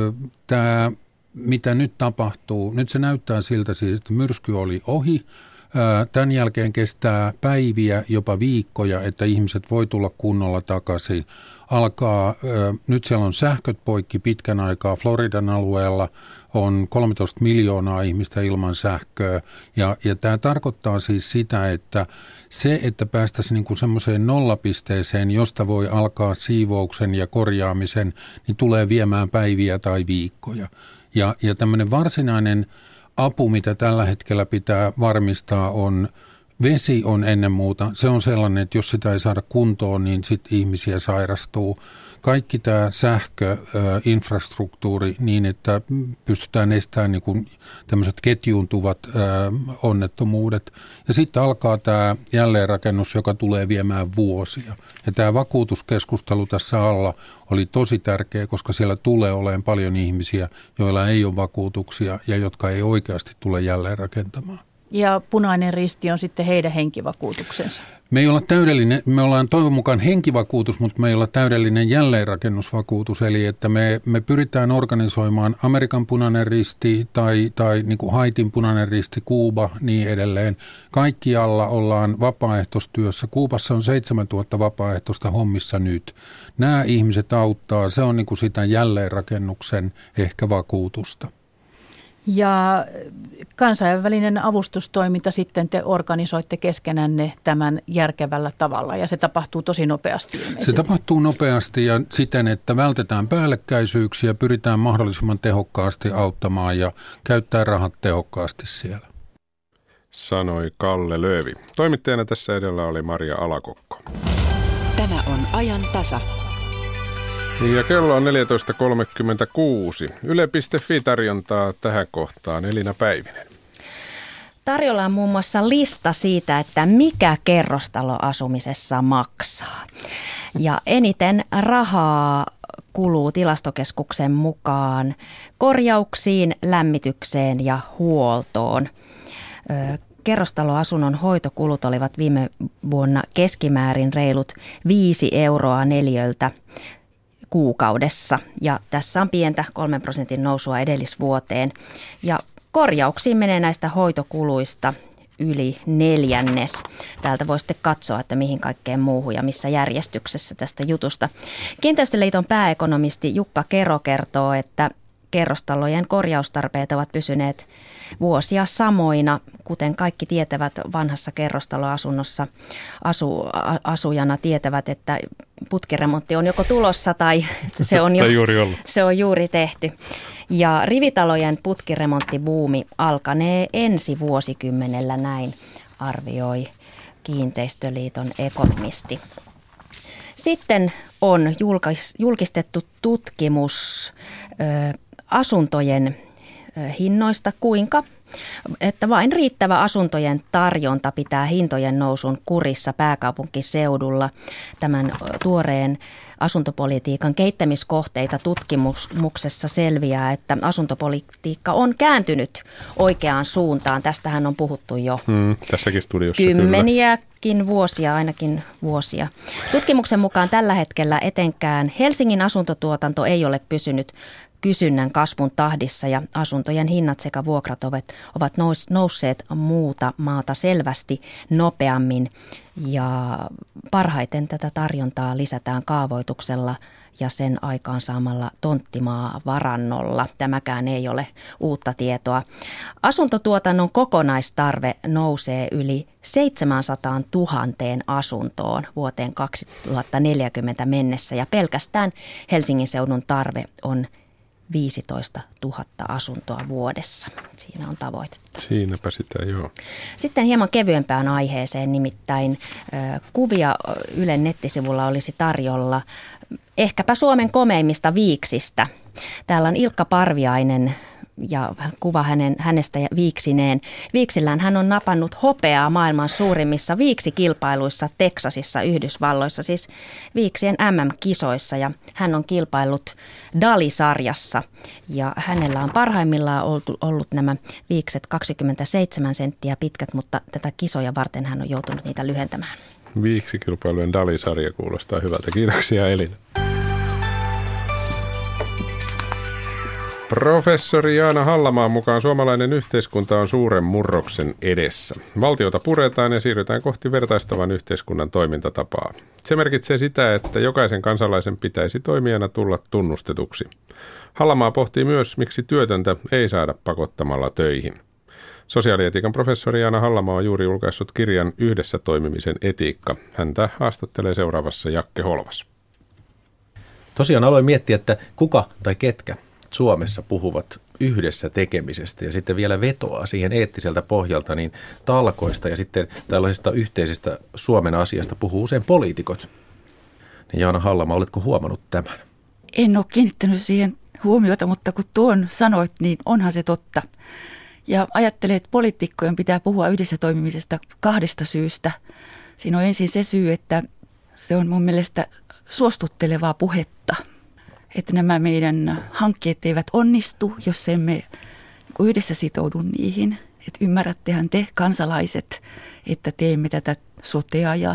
tämä, mitä nyt tapahtuu, nyt se näyttää siltä siis, että myrsky oli ohi. Tämän jälkeen kestää päiviä, jopa viikkoja, että ihmiset voi tulla kunnolla takaisin. Alkaa, nyt siellä on sähköt poikki pitkän aikaa. Floridan alueella on kolmetoista miljoonaa ihmistä ilman sähköä. Ja, ja tämä tarkoittaa siis sitä, että se, että päästäisiin niin kuin semmoiseen nollapisteeseen, josta voi alkaa siivouksen ja korjaamisen, niin tulee viemään päiviä tai viikkoja. Ja, ja tämmöinen varsinainen apu, mitä tällä hetkellä pitää varmistaa, on vesi on ennen muuta. Se on sellainen, että jos sitä ei saada kuntoon, niin sitten ihmisiä sairastuu. Kaikki tämä sähkö, infrastruktuuri niin, että pystytään estämään niin kuin tämmöiset ketjuuntuvat onnettomuudet. Ja sitten alkaa tämä jälleenrakennus, joka tulee viemään vuosia. Ja tämä vakuutuskeskustelu tässä alla oli tosi tärkeä, koska siellä tulee olemaan paljon ihmisiä, joilla ei ole vakuutuksia ja jotka ei oikeasti tule jälleenrakentamaan. Ja Punainen Risti on sitten heidän henkivakuutuksensa. Me ei olla täydellinen, me ollaan toivon mukaan henkivakuutus, mutta me ei olla täydellinen jälleenrakennusvakuutus. Eli että me, me pyritään organisoimaan Amerikan Punainen Risti tai, tai niin kuin Haitin Punainen Risti, Kuuba, niin edelleen. Kaikkialla ollaan vapaaehtoistyössä. Kuubassa on seitsemäntuhatta vapaaehtoista hommissa nyt. Nämä ihmiset auttaa, se on niin kuin sitä jälleenrakennuksen ehkä vakuutusta. Ja kansainvälinen avustustoiminta sitten te organisoitte keskenänne tämän järkevällä tavalla ja se tapahtuu tosi nopeasti ilmeisesti. Se tapahtuu nopeasti ja siten, että vältetään päällekkäisyyksiä, pyritään mahdollisimman tehokkaasti auttamaan ja käyttää rahat tehokkaasti siellä. Sanoi Kalle Löövi. Toimittajana tässä edellä oli Maria Alakokko. Tämä on ajan tasa. Ja kello on neljätoista kolmekymmentäkuusi. Yle piste fi tarjontaa tähän kohtaan Elina Päivinen. Tarjolla on muun muassa lista siitä, että mikä kerrostaloasumisessa maksaa. Ja eniten rahaa kuluu Tilastokeskuksen mukaan korjauksiin, lämmitykseen ja huoltoon. Kerrostaloasunnon hoitokulut olivat viime vuonna keskimäärin reilut viisi euroa neliöltä kuukaudessa ja tässä on pientä kolmen prosentin nousua edellisvuoteen ja korjauksiin menee näistä hoitokuluista yli neljännes. Täältä voi sitten katsoa, että mihin kaikkeen muuhun ja missä järjestyksessä tästä jutusta. Kiinteistöliiton pääekonomisti Jukka Kero kertoo, että kerrostalojen korjaustarpeet ovat pysyneet vuosia samoina, kuten kaikki tietävät vanhassa kerrostaloasunnossa asu, asujana tietävät, että putkiremontti on joko tulossa tai se on, jo, juuri se on juuri tehty. Ja rivitalojen putkiremonttibuumi alkanee ensi vuosikymmenellä, näin arvioi Kiinteistöliiton ekonomisti. Sitten on julkis, julkistettu tutkimus ö, asuntojen hinnoista, kuinka että vain riittävä asuntojen tarjonta pitää hintojen nousun kurissa pääkaupunkiseudulla. Tämän tuoreen asuntopolitiikan kehittämiskohteita tutkimuksessa selviää, että asuntopolitiikka on kääntynyt oikeaan suuntaan. Tästähän on puhuttu jo hmm, tässäkin studiossa kymmeniäkin vuosia, ainakin vuosia. Tutkimuksen mukaan tällä hetkellä etenkään Helsingin asuntotuotanto ei ole pysynyt kysynnän kasvun tahdissa ja asuntojen hinnat sekä vuokrat ovat nousseet muuta maata selvästi nopeammin ja parhaiten tätä tarjontaa lisätään kaavoituksella ja sen aikaansaamalla tonttimaa varannolla. Tämäkään ei ole uutta tietoa. Asuntotuotannon kokonaistarve nousee yli seitsemänsataatuhatta asuntoon vuoteen kaksituhattaneljäkymmentä mennessä ja pelkästään Helsingin seudun tarve on viisitoistatuhatta asuntoa vuodessa. Siinä on tavoitetta. Siinäpä sitä, joo. Sitten hieman kevyempään aiheeseen, nimittäin kuvia Ylen nettisivulla olisi tarjolla ehkäpä Suomen komeimmista viiksistä. Täällä on Ilkka Parviainen ja kuva hänen, hänestä ja viiksineen. Viiksillään hän on napannut hopeaa maailman suurimmissa viiksikilpailuissa Teksasissa, Yhdysvalloissa, siis viiksien äm äm-kisoissa ja hän on kilpaillut Dali-sarjassa ja hänellä on parhaimmillaan ollut, ollut nämä viikset kaksikymmentäseitsemän senttiä pitkät, mutta tätä kisoja varten hän on joutunut niitä lyhentämään. Viiksikilpailujen Dali-sarja kuulostaa hyvältä. Kiitoksia Elina. Professori Jaana Hallamaan mukaan suomalainen yhteiskunta on suuren murroksen edessä. Valtiota puretaan ja siirrytään kohti vertaistavan yhteiskunnan toimintatapaa. Se merkitsee sitä, että jokaisen kansalaisen pitäisi toimijana tulla tunnustetuksi. Hallamaa pohtii myös, miksi työtöntä ei saada pakottamalla töihin. Sosiaalietiikan professori Jaana Hallamaa on juuri julkaissut kirjan Yhdessä toimimisen etiikka. Häntä haastattelee seuraavassa Jakke Holvas. Tosiaan aloin miettiä, että kuka tai ketkä Suomessa puhuvat yhdessä tekemisestä ja sitten vielä vetoaa siihen eettiseltä pohjalta niin talkoista ja sitten tällaisesta yhteisestä Suomen asiasta puhuu usein poliitikot. Niin Jaana Hallamaa, oletko huomannut tämän? En ole kiinnittänyt siihen huomiota, mutta kun tuon sanoit, niin onhan se totta. Ja ajattelen, että poliitikkojen pitää puhua yhdessä toimimisesta kahdesta syystä. Siinä on ensin se syy, että se on mun mielestä suostuttelevaa puhetta. Että nämä meidän hankkeet eivät onnistu, jos emme yhdessä sitoudu niihin. Että ymmärrättehän te kansalaiset, että teemme tätä sotea ja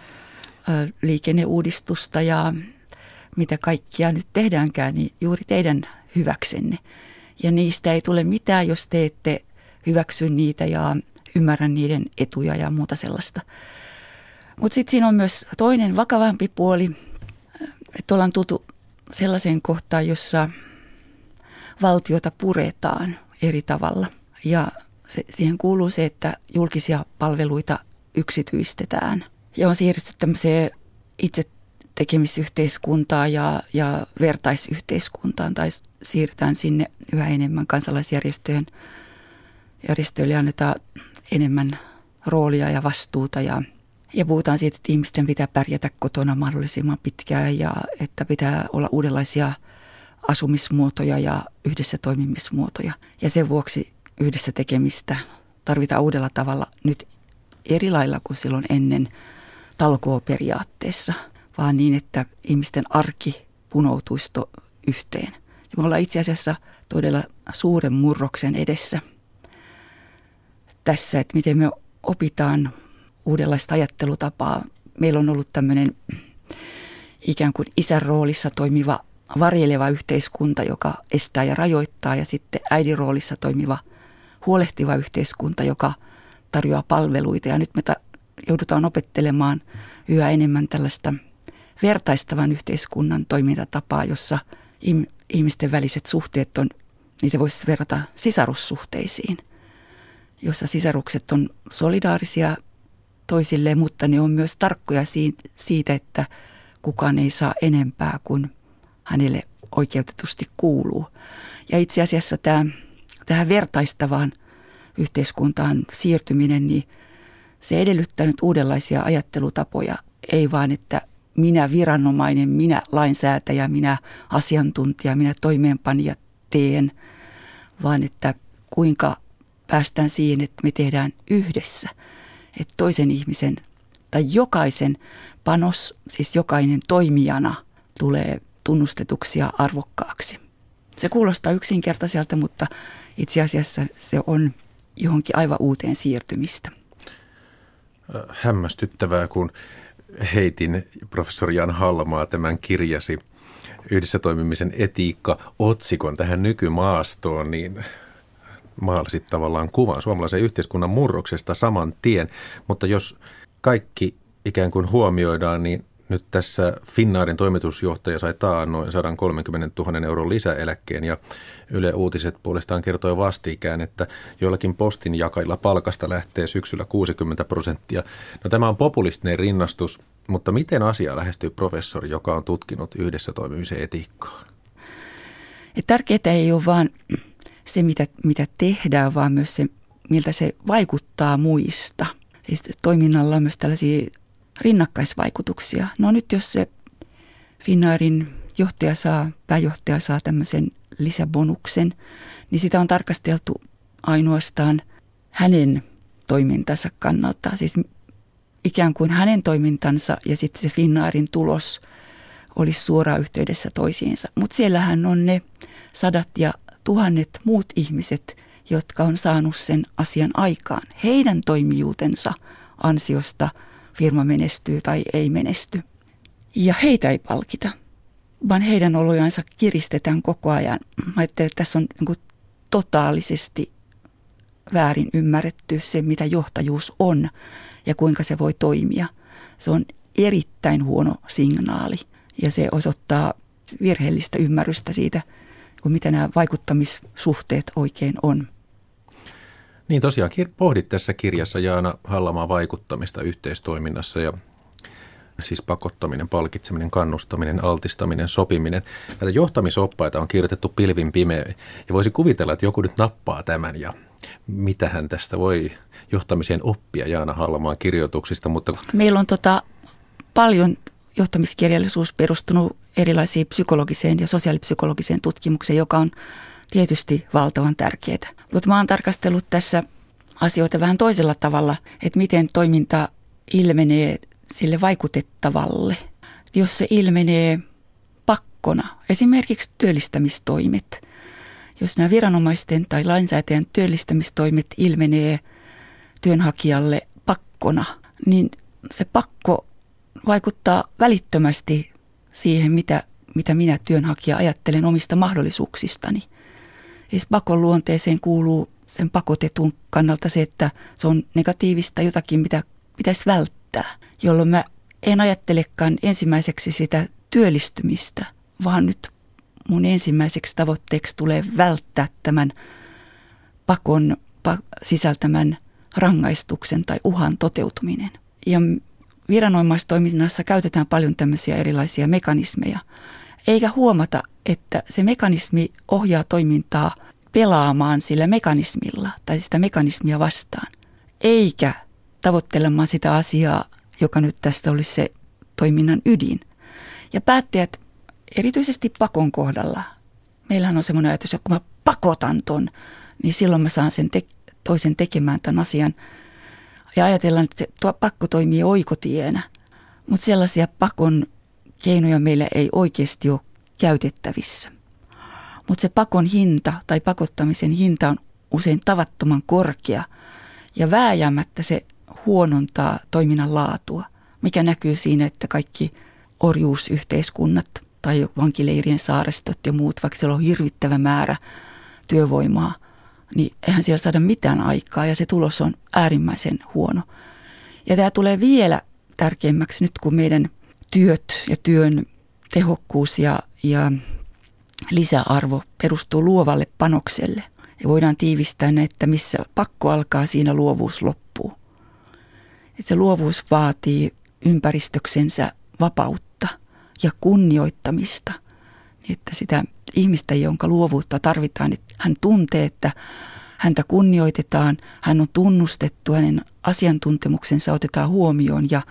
liikenneuudistusta ja mitä kaikkia nyt tehdäänkään, niin juuri teidän hyväksenne. Ja niistä ei tule mitään, jos te ette hyväksy niitä ja ymmärrä niiden etuja ja muuta sellaista. Mutta sitten siinä on myös toinen vakavampi puoli, että ollaan tultu sellaiseen kohtaan, jossa valtiota puretaan eri tavalla. Ja se, siihen kuuluu se, että julkisia palveluita yksityistetään. Ja on siirrytty tämmöiseen itse tekemisyhteiskuntaan ja, ja vertaisyhteiskuntaan, tai siirrytään sinne yhä enemmän kansalaisjärjestöjen. Järjestöille annetaan enemmän roolia ja vastuuta ja Ja puhutaan siitä, että ihmisten pitää pärjätä kotona mahdollisimman pitkään ja että pitää olla uudenlaisia asumismuotoja ja yhdessä toimimismuotoja. Ja sen vuoksi yhdessä tekemistä tarvitaan uudella tavalla nyt eri lailla kuin silloin ennen talkooperiaatteessa, vaan niin, että ihmisten arki punoutuisi yhteen. Ja me ollaan itse asiassa todella suuren murroksen edessä tässä, että miten me opitaan uudenlaista ajattelutapaa. Meillä on ollut tämmöinen ikään kuin isän roolissa toimiva varjeleva yhteiskunta, joka estää ja rajoittaa, ja sitten äidin roolissa toimiva huolehtiva yhteiskunta, joka tarjoaa palveluita. Ja nyt me ta- joudutaan opettelemaan yhä enemmän tällaista vertaistavan yhteiskunnan toimintatapaa, jossa im- ihmisten väliset suhteet on, niitä voisi verrata sisarussuhteisiin, jossa sisarukset on solidaarisia toisilleen, mutta ne on myös tarkkoja siitä, että kukaan ei saa enempää kuin hänelle oikeutetusti kuuluu. Ja itse asiassa tämä, tähän vertaistavaan yhteiskuntaan siirtyminen, niin se edellyttää nyt uudenlaisia ajattelutapoja. Ei vaan, että minä viranomainen, minä lainsäätäjä, minä asiantuntija, minä toimeenpanija teen, vaan että kuinka päästään siihen, että me tehdään yhdessä. Että toisen ihmisen tai jokaisen panos, siis jokainen toimijana tulee tunnustetuksi ja arvokkaaksi. Se kuulostaa yksinkertaiselta, mutta itse asiassa se on johonkin aivan uuteen siirtymistä. Hämmästyttävää, kun heitin professori Jan Hallamaa tämän kirjasi Yhdessä toimimisen etiikka otsikon tähän nykymaastoon, niin maalasit tavallaan kuvan suomalaisen yhteiskunnan murroksesta saman tien. Mutta jos kaikki ikään kuin huomioidaan, niin nyt tässä Finnairin toimitusjohtaja sai taannoin sata kolmekymmentätuhatta euron lisäeläkkeen ja Yle Uutiset puolestaan kertoi vastikään, että joillakin postinjakajilla palkasta lähtee syksyllä kuusikymmentä prosenttia. No tämä on populistinen rinnastus, mutta miten asia lähestyy professori, joka on tutkinut yhdessä toimimisen etiikkaa? Et tärkeää ei ole vaan se, mitä, mitä tehdään, vaan myös se, miltä se vaikuttaa muista. Siis toiminnalla on myös tällaisia rinnakkaisvaikutuksia. No nyt jos se Finnairin johtaja saa, pääjohtaja saa tämmöisen lisäbonuksen, niin sitä on tarkasteltu ainoastaan hänen toimintansa kannalta. Siis ikään kuin hänen toimintansa ja sitten se Finnairin tulos olisi suoraan yhteydessä toisiinsa. Mutta siellähän on ne sadat ja tuhannet muut ihmiset, jotka on saanut sen asian aikaan. Heidän toimijuutensa ansiosta firma menestyy tai ei menesty. Ja heitä ei palkita, vaan heidän olojansa kiristetään koko ajan. Mä ajattelen, että tässä on niin kuin totaalisesti väärin ymmärretty se, mitä johtajuus on ja kuinka se voi toimia. Se on erittäin huono signaali ja se osoittaa virheellistä ymmärrystä siitä, mitä nämä vaikuttamissuhteet oikein on. Niin tosiaan pohdit tässä kirjassa, Jaana Hallamaa, vaikuttamista yhteistoiminnassa ja siis pakottaminen, palkitseminen, kannustaminen, altistaminen, sopiminen. Näitä johtamisoppaita on kirjoitettu pilvin pimeä ja voisi kuvitella, että joku nyt nappaa tämän ja mitähän tästä voi johtamiseen oppia Jaana Hallamaan kirjoituksista. Mutta meillä on tota paljon johtamiskirjallisuus perustunut erilaisiin psykologiseen ja sosiaalipsykologiseen tutkimukseen, joka on tietysti valtavan tärkeää. Mutta mä oon tarkastellut tässä asioita vähän toisella tavalla, että miten toiminta ilmenee sille vaikutettavalle. Jos se ilmenee pakkona, esimerkiksi työllistämistoimet, jos nämä viranomaisten tai lainsäätäjän työllistämistoimet ilmenee työnhakijalle pakkona, niin se pakko vaikuttaa välittömästi siihen, mitä, mitä minä työnhakija ajattelen omista mahdollisuuksistani. Siis pakon luonteeseen kuuluu sen pakotetun kannalta se, että se on negatiivista, jotakin mitä pitäisi välttää, jolloin mä en ajattelekaan ensimmäiseksi sitä työllistymistä, vaan nyt mun ensimmäiseksi tavoitteeksi tulee välttää tämän pakon sisältämän rangaistuksen tai uhan toteutuminen. Ja viranomaistoiminnassa käytetään paljon tämmöisiä erilaisia mekanismeja, eikä huomata, että se mekanismi ohjaa toimintaa pelaamaan sillä mekanismilla tai sitä mekanismia vastaan, eikä tavoittelemaan sitä asiaa, joka nyt tästä olisi se toiminnan ydin. Ja päättäjät, erityisesti pakon kohdalla, meillähän on semmoinen ajatus, että kun mä pakotan ton, niin silloin mä saan sen te- toisen tekemään tämän asian. Ja ajatellaan, että se tuo pakko toimii oikotienä, mutta sellaisia pakon keinoja meillä ei oikeasti ole käytettävissä. Mutta se pakon hinta tai pakottamisen hinta on usein tavattoman korkea ja vääjäämättä se huonontaa toiminnan laatua, mikä näkyy siinä, että kaikki orjuusyhteiskunnat tai vankileirien saarestot ja muut, vaikka siellä on hirvittävä määrä työvoimaa, niin eihän siellä saada mitään aikaa ja se tulos on äärimmäisen huono. Ja tämä tulee vielä tärkeämmäksi nyt, kun meidän työt ja työn tehokkuus ja, ja lisäarvo perustuu luovalle panokselle. Ja voidaan tiivistää, että missä pakko alkaa, siinä luovuus loppuu. Että se luovuus vaatii ympäristöksensä vapautta ja kunnioittamista. Että sitä ihmistä, jonka luovuutta tarvitaan, että hän tuntee, että häntä kunnioitetaan, hän on tunnustettu, hänen asiantuntemuksensa otetaan huomioon ja,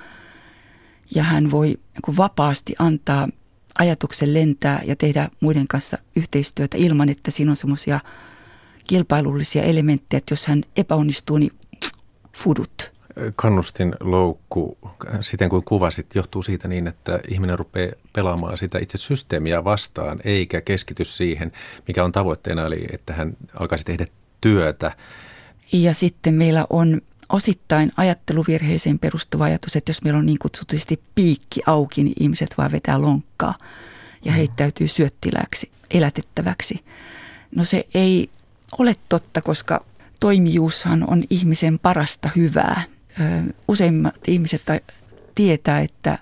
ja hän voi niin vapaasti antaa ajatuksen lentää ja tehdä muiden kanssa yhteistyötä ilman, että siinä on semmoisia kilpailullisia elementtejä, että jos hän epäonnistuu, niin fudut. Kannustinloukku, siten kuin kuvasit, johtuu siitä niin, että ihminen rupeaa pelaamaan sitä itse systeemiä vastaan, eikä keskity siihen, mikä on tavoitteena, eli että hän alkaisi tehdä työtä. Ja sitten meillä on osittain ajatteluvirheeseen perustuva ajatus, että jos meillä on niin kutsutusti piikki auki, niin ihmiset vaan vetää lonkkaa ja heittäytyy syöttiläksi, elätettäväksi. No se ei ole totta, koska toimijuushan on ihmisen parasta hyvää. Useimmat ihmiset tietää, että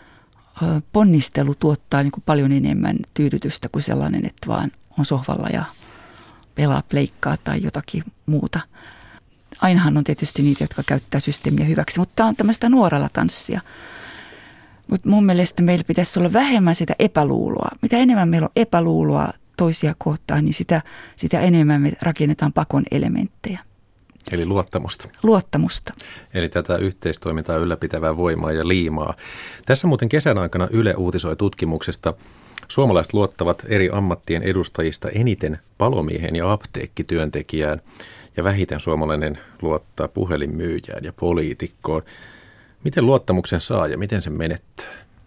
ponnistelu tuottaa niin kuin paljon enemmän tyydytystä kuin sellainen, että vaan on sohvalla ja pelaa pleikkaa tai jotakin muuta. Ainahan on tietysti niitä, jotka käyttää systeemiä hyväksi, mutta tämä on tämmöistä nuoralla tanssia. Mutta mun mielestä meillä pitäisi olla vähemmän sitä epäluuloa. Mitä enemmän meillä on epäluuloa toisia kohtaan, niin sitä, sitä enemmän me rakennetaan pakon elementtejä. Eli luottamusta. Luottamusta. Eli tätä yhteistoimintaa ylläpitävää voimaa ja liimaa. Tässä muuten kesän aikana Yle uutisoi tutkimuksesta. Suomalaiset luottavat eri ammattien edustajista eniten palomiehen ja apteekkityöntekijään. Ja vähiten suomalainen luottaa puhelinmyyjään ja poliitikkoon. Miten luottamuksen saa ja miten se menettää?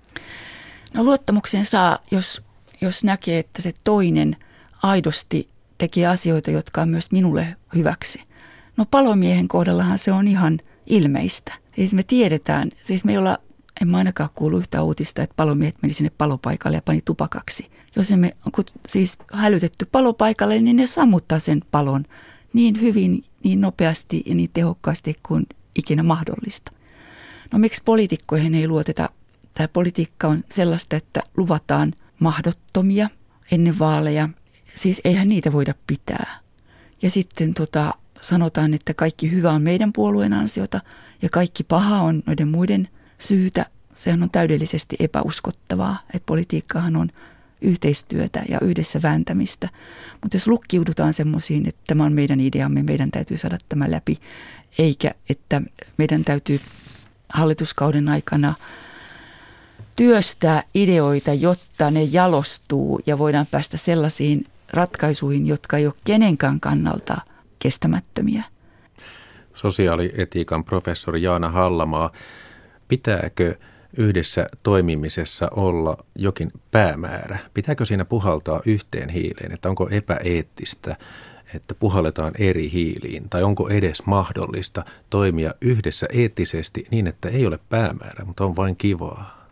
No luottamuksen saa, jos, jos näkee, että se toinen aidosti tekee asioita, jotka on myös minulle hyväksi. No palomiehen kohdallahan se on ihan ilmeistä. Siis me tiedetään, siis me ei olla, en mä ainakaan kuullut yhtä uutista, että palomiehet meni sinne palopaikalle ja pani tupakaksi. Jos emme siis hälytetty palopaikalle, niin ne sammuttaa sen palon niin hyvin, niin nopeasti ja niin tehokkaasti kuin ikinä mahdollista. No miksi poliitikkoihin ei luoteta? Tämä politiikka on sellaista, että luvataan mahdottomia ennen vaaleja. Siis eihän niitä voida pitää. Ja sitten tota, sanotaan, että kaikki hyvä on meidän puolueen ansiota ja kaikki paha on noiden muiden syytä. Sehän on täydellisesti epäuskottavaa, että politiikkahan on yhteistyötä ja yhdessä vääntämistä. Mutta jos lukkiudutaan semmoisiin, että tämä on meidän ideamme, meidän täytyy saada tämä läpi, eikä että meidän täytyy hallituskauden aikana työstää ideoita, jotta ne jalostuu ja voidaan päästä sellaisiin ratkaisuihin, jotka ei ole kenenkään kannalta kestämättömiä. Sosiaalietiikan professori Jaana Hallamaa, pitääkö yhdessä toimimisessa olla jokin päämäärä? Pitääkö siinä puhaltaa yhteen hiileen, että onko epäeettistä, että puhalletaan eri hiiliin, tai onko edes mahdollista toimia yhdessä eettisesti niin, että ei ole päämäärä, mutta on vain kivaa?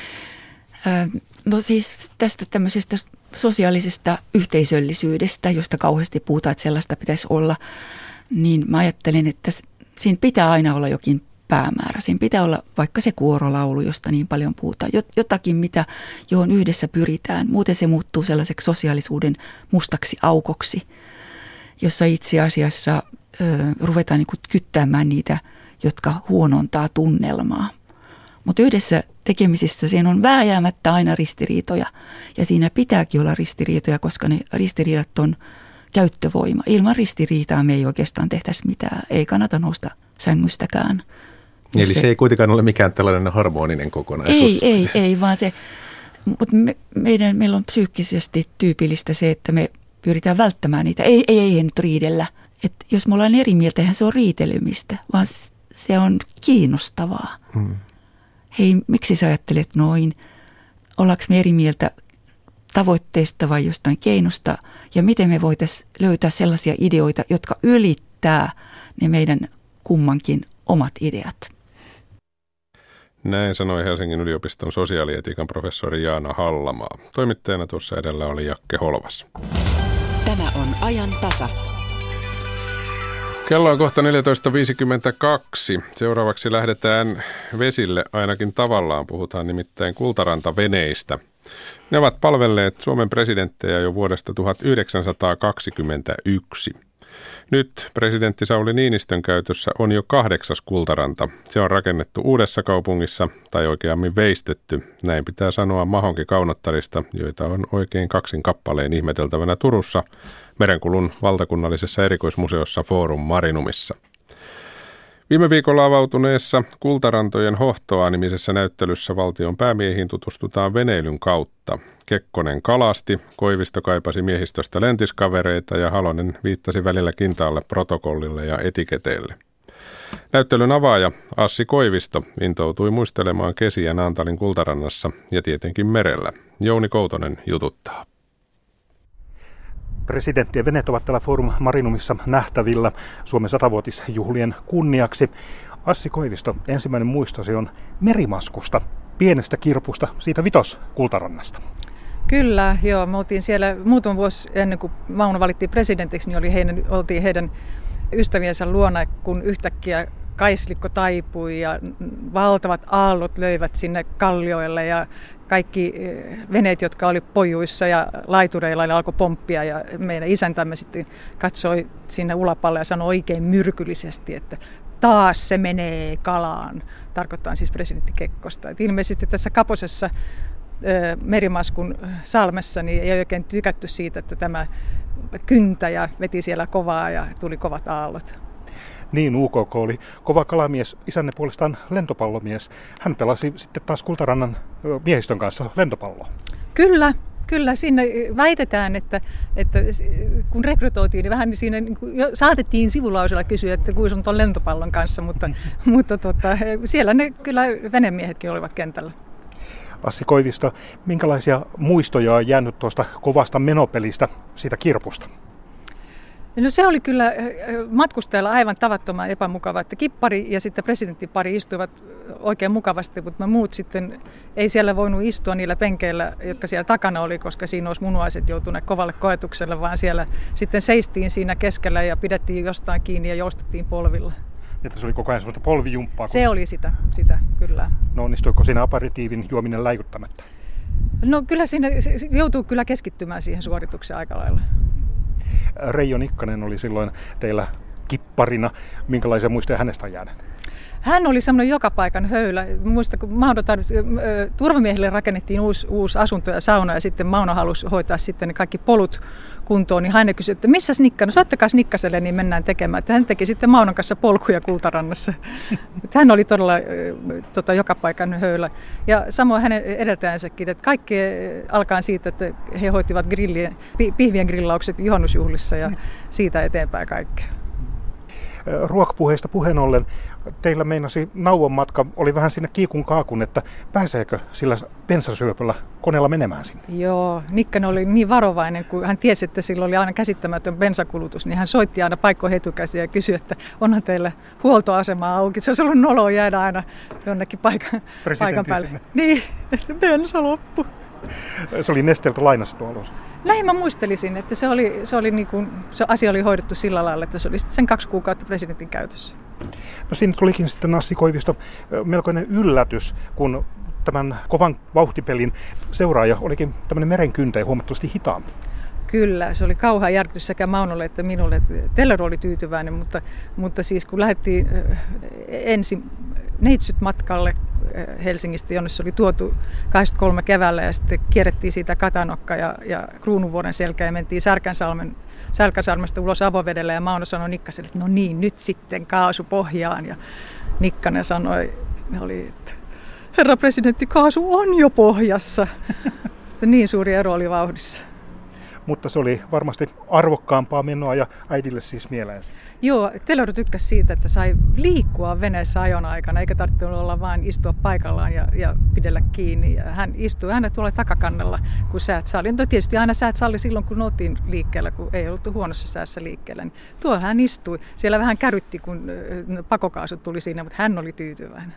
No siis tästä tämmöisestä sosiaalisesta yhteisöllisyydestä, josta kauheasti puhutaan, että sellaista pitäisi olla, niin mä ajattelen, että siinä pitää aina olla jokin päämäärä. Siinä pitää olla vaikka se kuorolaulu, josta niin paljon puhutaan, jotakin, mitä, johon yhdessä pyritään. Muuten se muuttuu sellaiseksi sosiaalisuuden mustaksi aukoksi, jossa itse asiassa ö, ruvetaan niin kuin kyttäämään niitä, jotka huonontaa tunnelmaa. Mutta yhdessä tekemisissä siinä on vääjäämättä aina ristiriitoja ja siinä pitääkin olla ristiriitoja, koska ne ristiriidat on käyttövoima. Ilman ristiriitaa me ei oikeastaan tehtäisi mitään, ei kannata nousta sängystäkään. Eli se, se ei kuitenkaan ole mikään tällainen harmoninen kokonaisuus. Ei, ei, ei vaan se, mutta me, meidän, meillä on psyykkisesti tyypillistä se, että me pyritään välttämään niitä. Ei, ei, ei nyt riidellä. Et jos me ollaan eri mieltä, eihän se on riitelemistä, vaan se on kiinnostavaa. Hmm. Hei, miksi sä ajattelet noin? Ollaanko me eri mieltä tavoitteesta vai jostain keinosta? Ja miten me voitaisiin löytää sellaisia ideoita, jotka ylittää ne meidän kummankin omat ideat? Näin sanoi Helsingin yliopiston sosiaalietiikan professori Jaana Hallamaa. Toimittajana tuossa edellä oli Jakke Holvas. Tämä on ajan tasa. Kello on kohta neljätoista viisikymmentäkaksi. Seuraavaksi lähdetään vesille ainakin tavallaan. Puhutaan nimittäin kultarantaveneistä. Ne ovat palvelleet Suomen presidenttejä jo vuodesta tuhatyhdeksänsataakaksikymmentäyksi. Nyt presidentti Sauli Niinistön käytössä on jo kahdeksas kultaranta. Se on rakennettu Uudessa Kaupungissa, tai oikeammin veistetty. Näin pitää sanoa Mahonki kaunottarista, joita on oikein kaksin kappaleen ihmeteltävänä Turussa, Merenkulun valtakunnallisessa erikoismuseossa Forum Marinumissa. Viime viikolla avautuneessa Kultarantojen hohtoa-nimisessä näyttelyssä valtion päämiehiin tutustutaan veneilyn kautta. Kekkonen kalasti, Koivisto kaipasi miehistöstä lentiskavereita ja Halonen viittasi välillä kintaalle protokollille ja etiketeille. Näyttelyn avaaja Assi Koivisto intoutui muistelemaan kesiä Naantalin Kultarannassa ja tietenkin merellä. Jouni Koutonen jututtaa. Presidenttien veneet ovat täällä Forum Marinumissa nähtävillä Suomen satavuotisjuhlien kunniaksi. Assi Koivisto, ensimmäinen muistosi on merimaskusta, pienestä kirpusta, siitä Vitos Kultarannasta. Kyllä, joo. Me oltiin siellä muutama vuosi ennen kuin Mauno valittiin presidentiksi, niin oli heidän, oltiin heidän ystäviensä luona, kun yhtäkkiä kaislikko taipui ja valtavat aallot löivät sinne kallioille ja kaikki veneet, jotka oli pojuissa ja laitureilla, alkoi pomppia ja meidän isäntämme sitten katsoi sinne ulapalle ja sanoi oikein myrkyllisesti, että taas se menee kalaan. Tarkoittaa siis presidentti Kekkosta. Et ilmeisesti tässä Kaposessa Merimaskun salmessa niin ei oikein tykätty siitä, että tämä kyntäjä veti siellä kovaa ja tuli kovat aallot. Niin, U K K oli kova kalamies, isänne puolestaan lentopallomies. Hän pelasi sitten taas Kultarannan miehistön kanssa lentopalloa. Kyllä, kyllä. Siinä väitetään, että, että kun rekrytoitiin, niin vähän siinä niin jo saatettiin sivulausella kysyä, että kuinka on tuon lentopallon kanssa, mutta, mutta tota, siellä ne kyllä venemiehetkin olivat kentällä. Assi Koivisto, minkälaisia muistoja on jäänyt tuosta kovasta menopelistä, siitä kirpusta? No se oli kyllä matkustajalla aivan tavattoman epämukava, että kippari ja sitten presidenttipari istuivat oikein mukavasti, mutta muut sitten ei siellä voinut istua niillä penkeillä, jotka siellä takana oli, koska siinä olisi munuaiset joutuneet kovalle koetukselle, vaan siellä sitten seistiin siinä keskellä ja pidettiin jostain kiinni ja joustettiin polvilla. Että se oli koko ajan sellaista polvijumppaa? Se kun... oli sitä, sitä, kyllä. No onnistuiko siinä aperitiivin juominen läikyttämättä? No kyllä siinä joutuu kyllä keskittymään siihen suoritukseen aika lailla. Reijo Nikkanen oli silloin teillä kipparina. Minkälaisia muistoja hänestä on jäänyt? Hän oli semmoinen joka paikan höylä. Muista, kun Mauno tarvitsi, turvamiehille rakennettiin uusi, uusi asunto ja sauna ja sitten Mauno halusi hoitaa sitten ne kaikki polut kuntoon, niin hän kysyi, että missäs Nikka? No soittakaa Nikkaselle, niin mennään tekemään. Että hän teki sitten Maunon kanssa polkuja Kultarannassa. Hän oli todella tota, joka paikan höylä. Ja samoin hänen edeltäjänsäkin, että kaikki alkaa siitä, että he hoitivat grillien, pihvien grillaukset juhannusjuhlissa ja siitä eteenpäin kaikkea. Ruokapuheista puheen ollen, teillä meinasi nauon matka, oli vähän sinne kiikun kaakun, että pääseekö sillä bensasyöpöllä koneella menemään sinne? Joo, Nikkanen oli niin varovainen, kun hän tiesi, että sillä oli aina käsittämätön bensakulutus, niin hän soitti aina paikkoihin etukäsin ja kysyi, että onhan teillä huoltoasema auki. Se olisi ollut noloa jäädä aina jonnekin paikan, paikan päälle. Sinne. Niin, että bensa loppu. Se oli Nesteltä lainassa tuolla. Näin mä muistelisin, että se, oli, se, oli niin kuin, se asia oli hoidettu sillä lailla, että se oli sitten sen kaksi kuukautta presidentin käytössä. No siinä tulikin sitten Assi Koivisto melkoinen yllätys, kun tämän kovan vauhtipelin seuraaja olikin tämmöinen merenkyntäjä huomattavasti hitaampi. Kyllä, se oli kauhea järkytys sekä Maunolle että minulle. Teller oli tyytyväinen, mutta, mutta siis kun lähdettiin ensin neitsyt matkalle Helsingistä, jonne se oli tuotu kahdeskymmeneskolmas keväällä ja sitten kierrettiin siitä Katanokka ja, ja Kruununvuoren selkään ja mentiin Särkänsalmen, Särkänsalmesta ulos avovedellä ja Mauno sanoi Nikkaselle, että no niin, nyt sitten kaasu pohjaan ja Nikkanen sanoi, oli, että herra presidentti, kaasu on jo pohjassa. Niin suuri ero oli vauhdissa. Mutta se oli varmasti arvokkaampaa menoa ja äidille siis mieleensä. Joo, Telero tykkäsi siitä, että sai liikkua veneessä ajon aikana, eikä tarvitse olla vain istua paikallaan ja, ja pidellä kiinni. Ja hän istui aina tuolla takakannella, kun säät salli. No tietysti aina säät salli silloin, kun oltiin liikkeellä, kun ei ollut huonossa säässä liikkeellä. Niin tuo hän istui. Siellä vähän kärytti, kun pakokaasut tuli siinä, mutta hän oli tyytyväinen.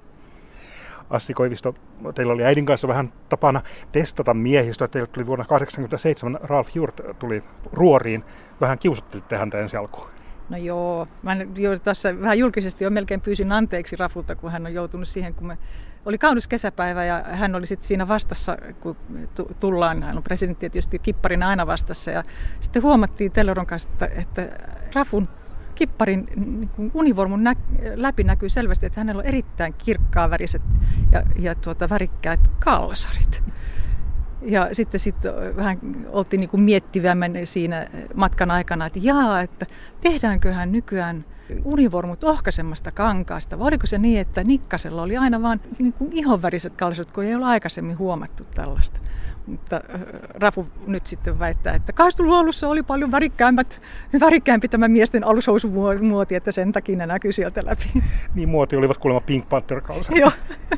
Assi Koivisto, teillä oli äidin kanssa vähän tapana testata miehistöä. Teillä tuli vuonna tuhatyhdeksänsataakahdeksankymmentäseitsemän Ralph Jurt tuli ruoriin. Vähän kiusattelitte häntä ensi alkuun. No joo, mä jo tässä vähän julkisesti jo melkein pyysin anteeksi Rafulta, kun hän on joutunut siihen, kun me oli kaunis kesäpäivä ja hän oli sitten siinä vastassa, kun tullaan, hän on presidentti tietysti kipparina aina vastassa ja sitten huomattiin Telleron kanssa, että, että Rafun kipparin niin univormun nä- läpi näkyy selvästi, että hänellä on erittäin kirkkaanväriset ja, ja tuota, värikkäät kalsarit. Ja sitten sit vähän oltiin niin kuin miettivämmän siinä matkan aikana, että jaa, että tehdäänköhän nykyään univormut ohkaisemmasta kankaasta, vai oliko se niin, että Nikkasella oli aina vaan niin kuin ihonväriset kalsot, kun ei ole aikaisemmin huomattu tällaista. Mutta Rafu nyt sitten väittää, että kahdeksankymmentäluvun alussa oli paljon värikkäämpät, värikkäämpi tämä miesten alushousumuoti, että sen takia ne näkyy sieltä läpi. Niin muoti olivat kuulemma Pink Panther-kalsat. Joo.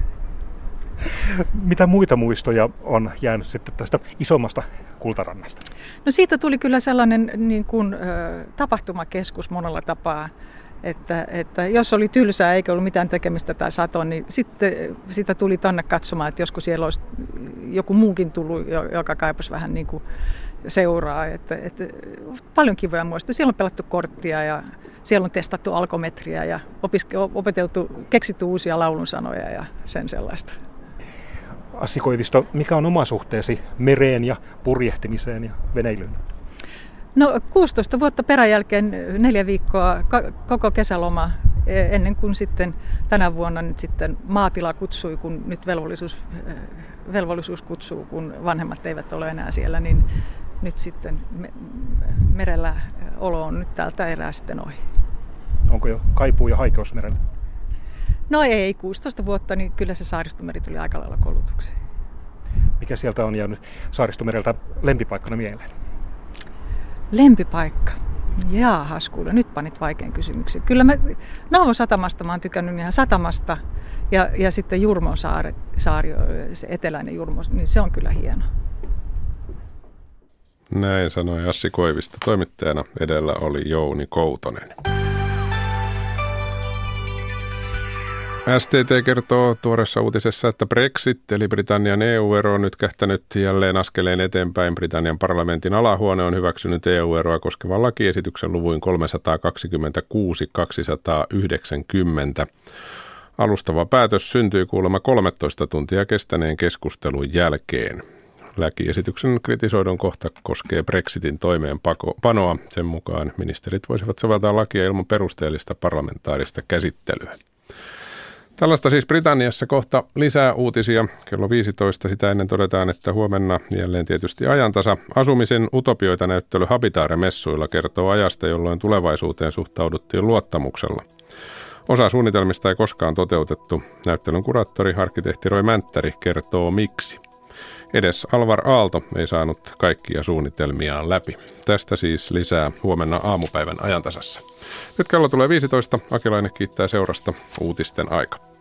Mitä muita muistoja on jäänyt sitten tästä isommasta Kultarannasta? No siitä tuli kyllä sellainen niin kuin, ö, tapahtumakeskus monella tapaa. Että, että jos oli tylsää eikä ollut mitään tekemistä tai saton, niin sitten sitä tuli tonne katsomaan, että joskus siellä olisi joku muukin tullut, joka kaipasi vähän niin kuin seuraa. Että, että paljon kivoja muistoja. Siellä on pelattu korttia ja siellä on testattu alkometriä ja opiske, opeteltu, keksitty uusia laulunsanoja ja sen sellaista. Assi Koivisto, mikä on oma suhteesi mereen ja purjehtimiseen ja veneilyyn? No kuusitoista vuotta peräjälkeen, neljä viikkoa, koko kesäloma, ennen kuin sitten tänä vuonna nyt sitten maatila kutsui, kun nyt velvollisuus, velvollisuus kutsuu, kun vanhemmat eivät ole enää siellä, niin nyt sitten merellä olo on nyt täältä erää sitten ohi. Onko jo kaipuu ja haikeus merellä? No ei, kuusitoista vuotta, niin kyllä se Saaristomeri tuli aika lailla koulutukseen. Mikä sieltä on jäänyt Saaristomereltä lempipaikkana mieleen? Lempipaikka. Jaahas, kuule, nyt panit vaikean kysymyksen. Kyllä mä Nauvon satamasta mä oon tykännyt ihan satamasta ja, ja sitten Jurmon saari, saari, se eteläinen Jurmo, niin se on kyllä hieno. Näin sanoi Assi Koivisto. Toimittajana edellä oli Jouni Koutonen. S T T kertoo tuoreessa uutisessa, että Brexit eli Britannian E U-ero on nyt kähtänyt jälleen askeleen eteenpäin. Britannian parlamentin alahuone on hyväksynyt E U-eroa koskevan lakiesityksen luvuin kolmesataakaksikymmentäkuusi kaksisataayhdeksänkymmentä. Alustava päätös syntyi kuulemma kolmetoista tuntia kestäneen keskustelun jälkeen. Lakiesityksen kritisoidun kohta koskee Brexitin toimeenpanoa. Sen mukaan ministerit voisivat soveltaa lakia ilman perusteellista parlamentaarista käsittelyä. Tällaista siis Britanniassa. Kohta lisää uutisia. Kello viisitoista sitä ennen todetaan, että huomenna jälleen tietysti ajantasa. Asumisen utopioita näyttely Habitaare-messuilla kertoo ajasta, jolloin tulevaisuuteen suhtauduttiin luottamuksella. Osa suunnitelmista ei koskaan toteutettu. Näyttelyn kuraattori, arkkitehti Roy Mänttäri kertoo miksi. Edes Alvar Aalto ei saanut kaikkia suunnitelmiaan läpi. Tästä siis lisää huomenna aamupäivän ajantasassa. Nyt kello tulee viisitoista. Akilainen kiittää seurasta. Uutisten aika.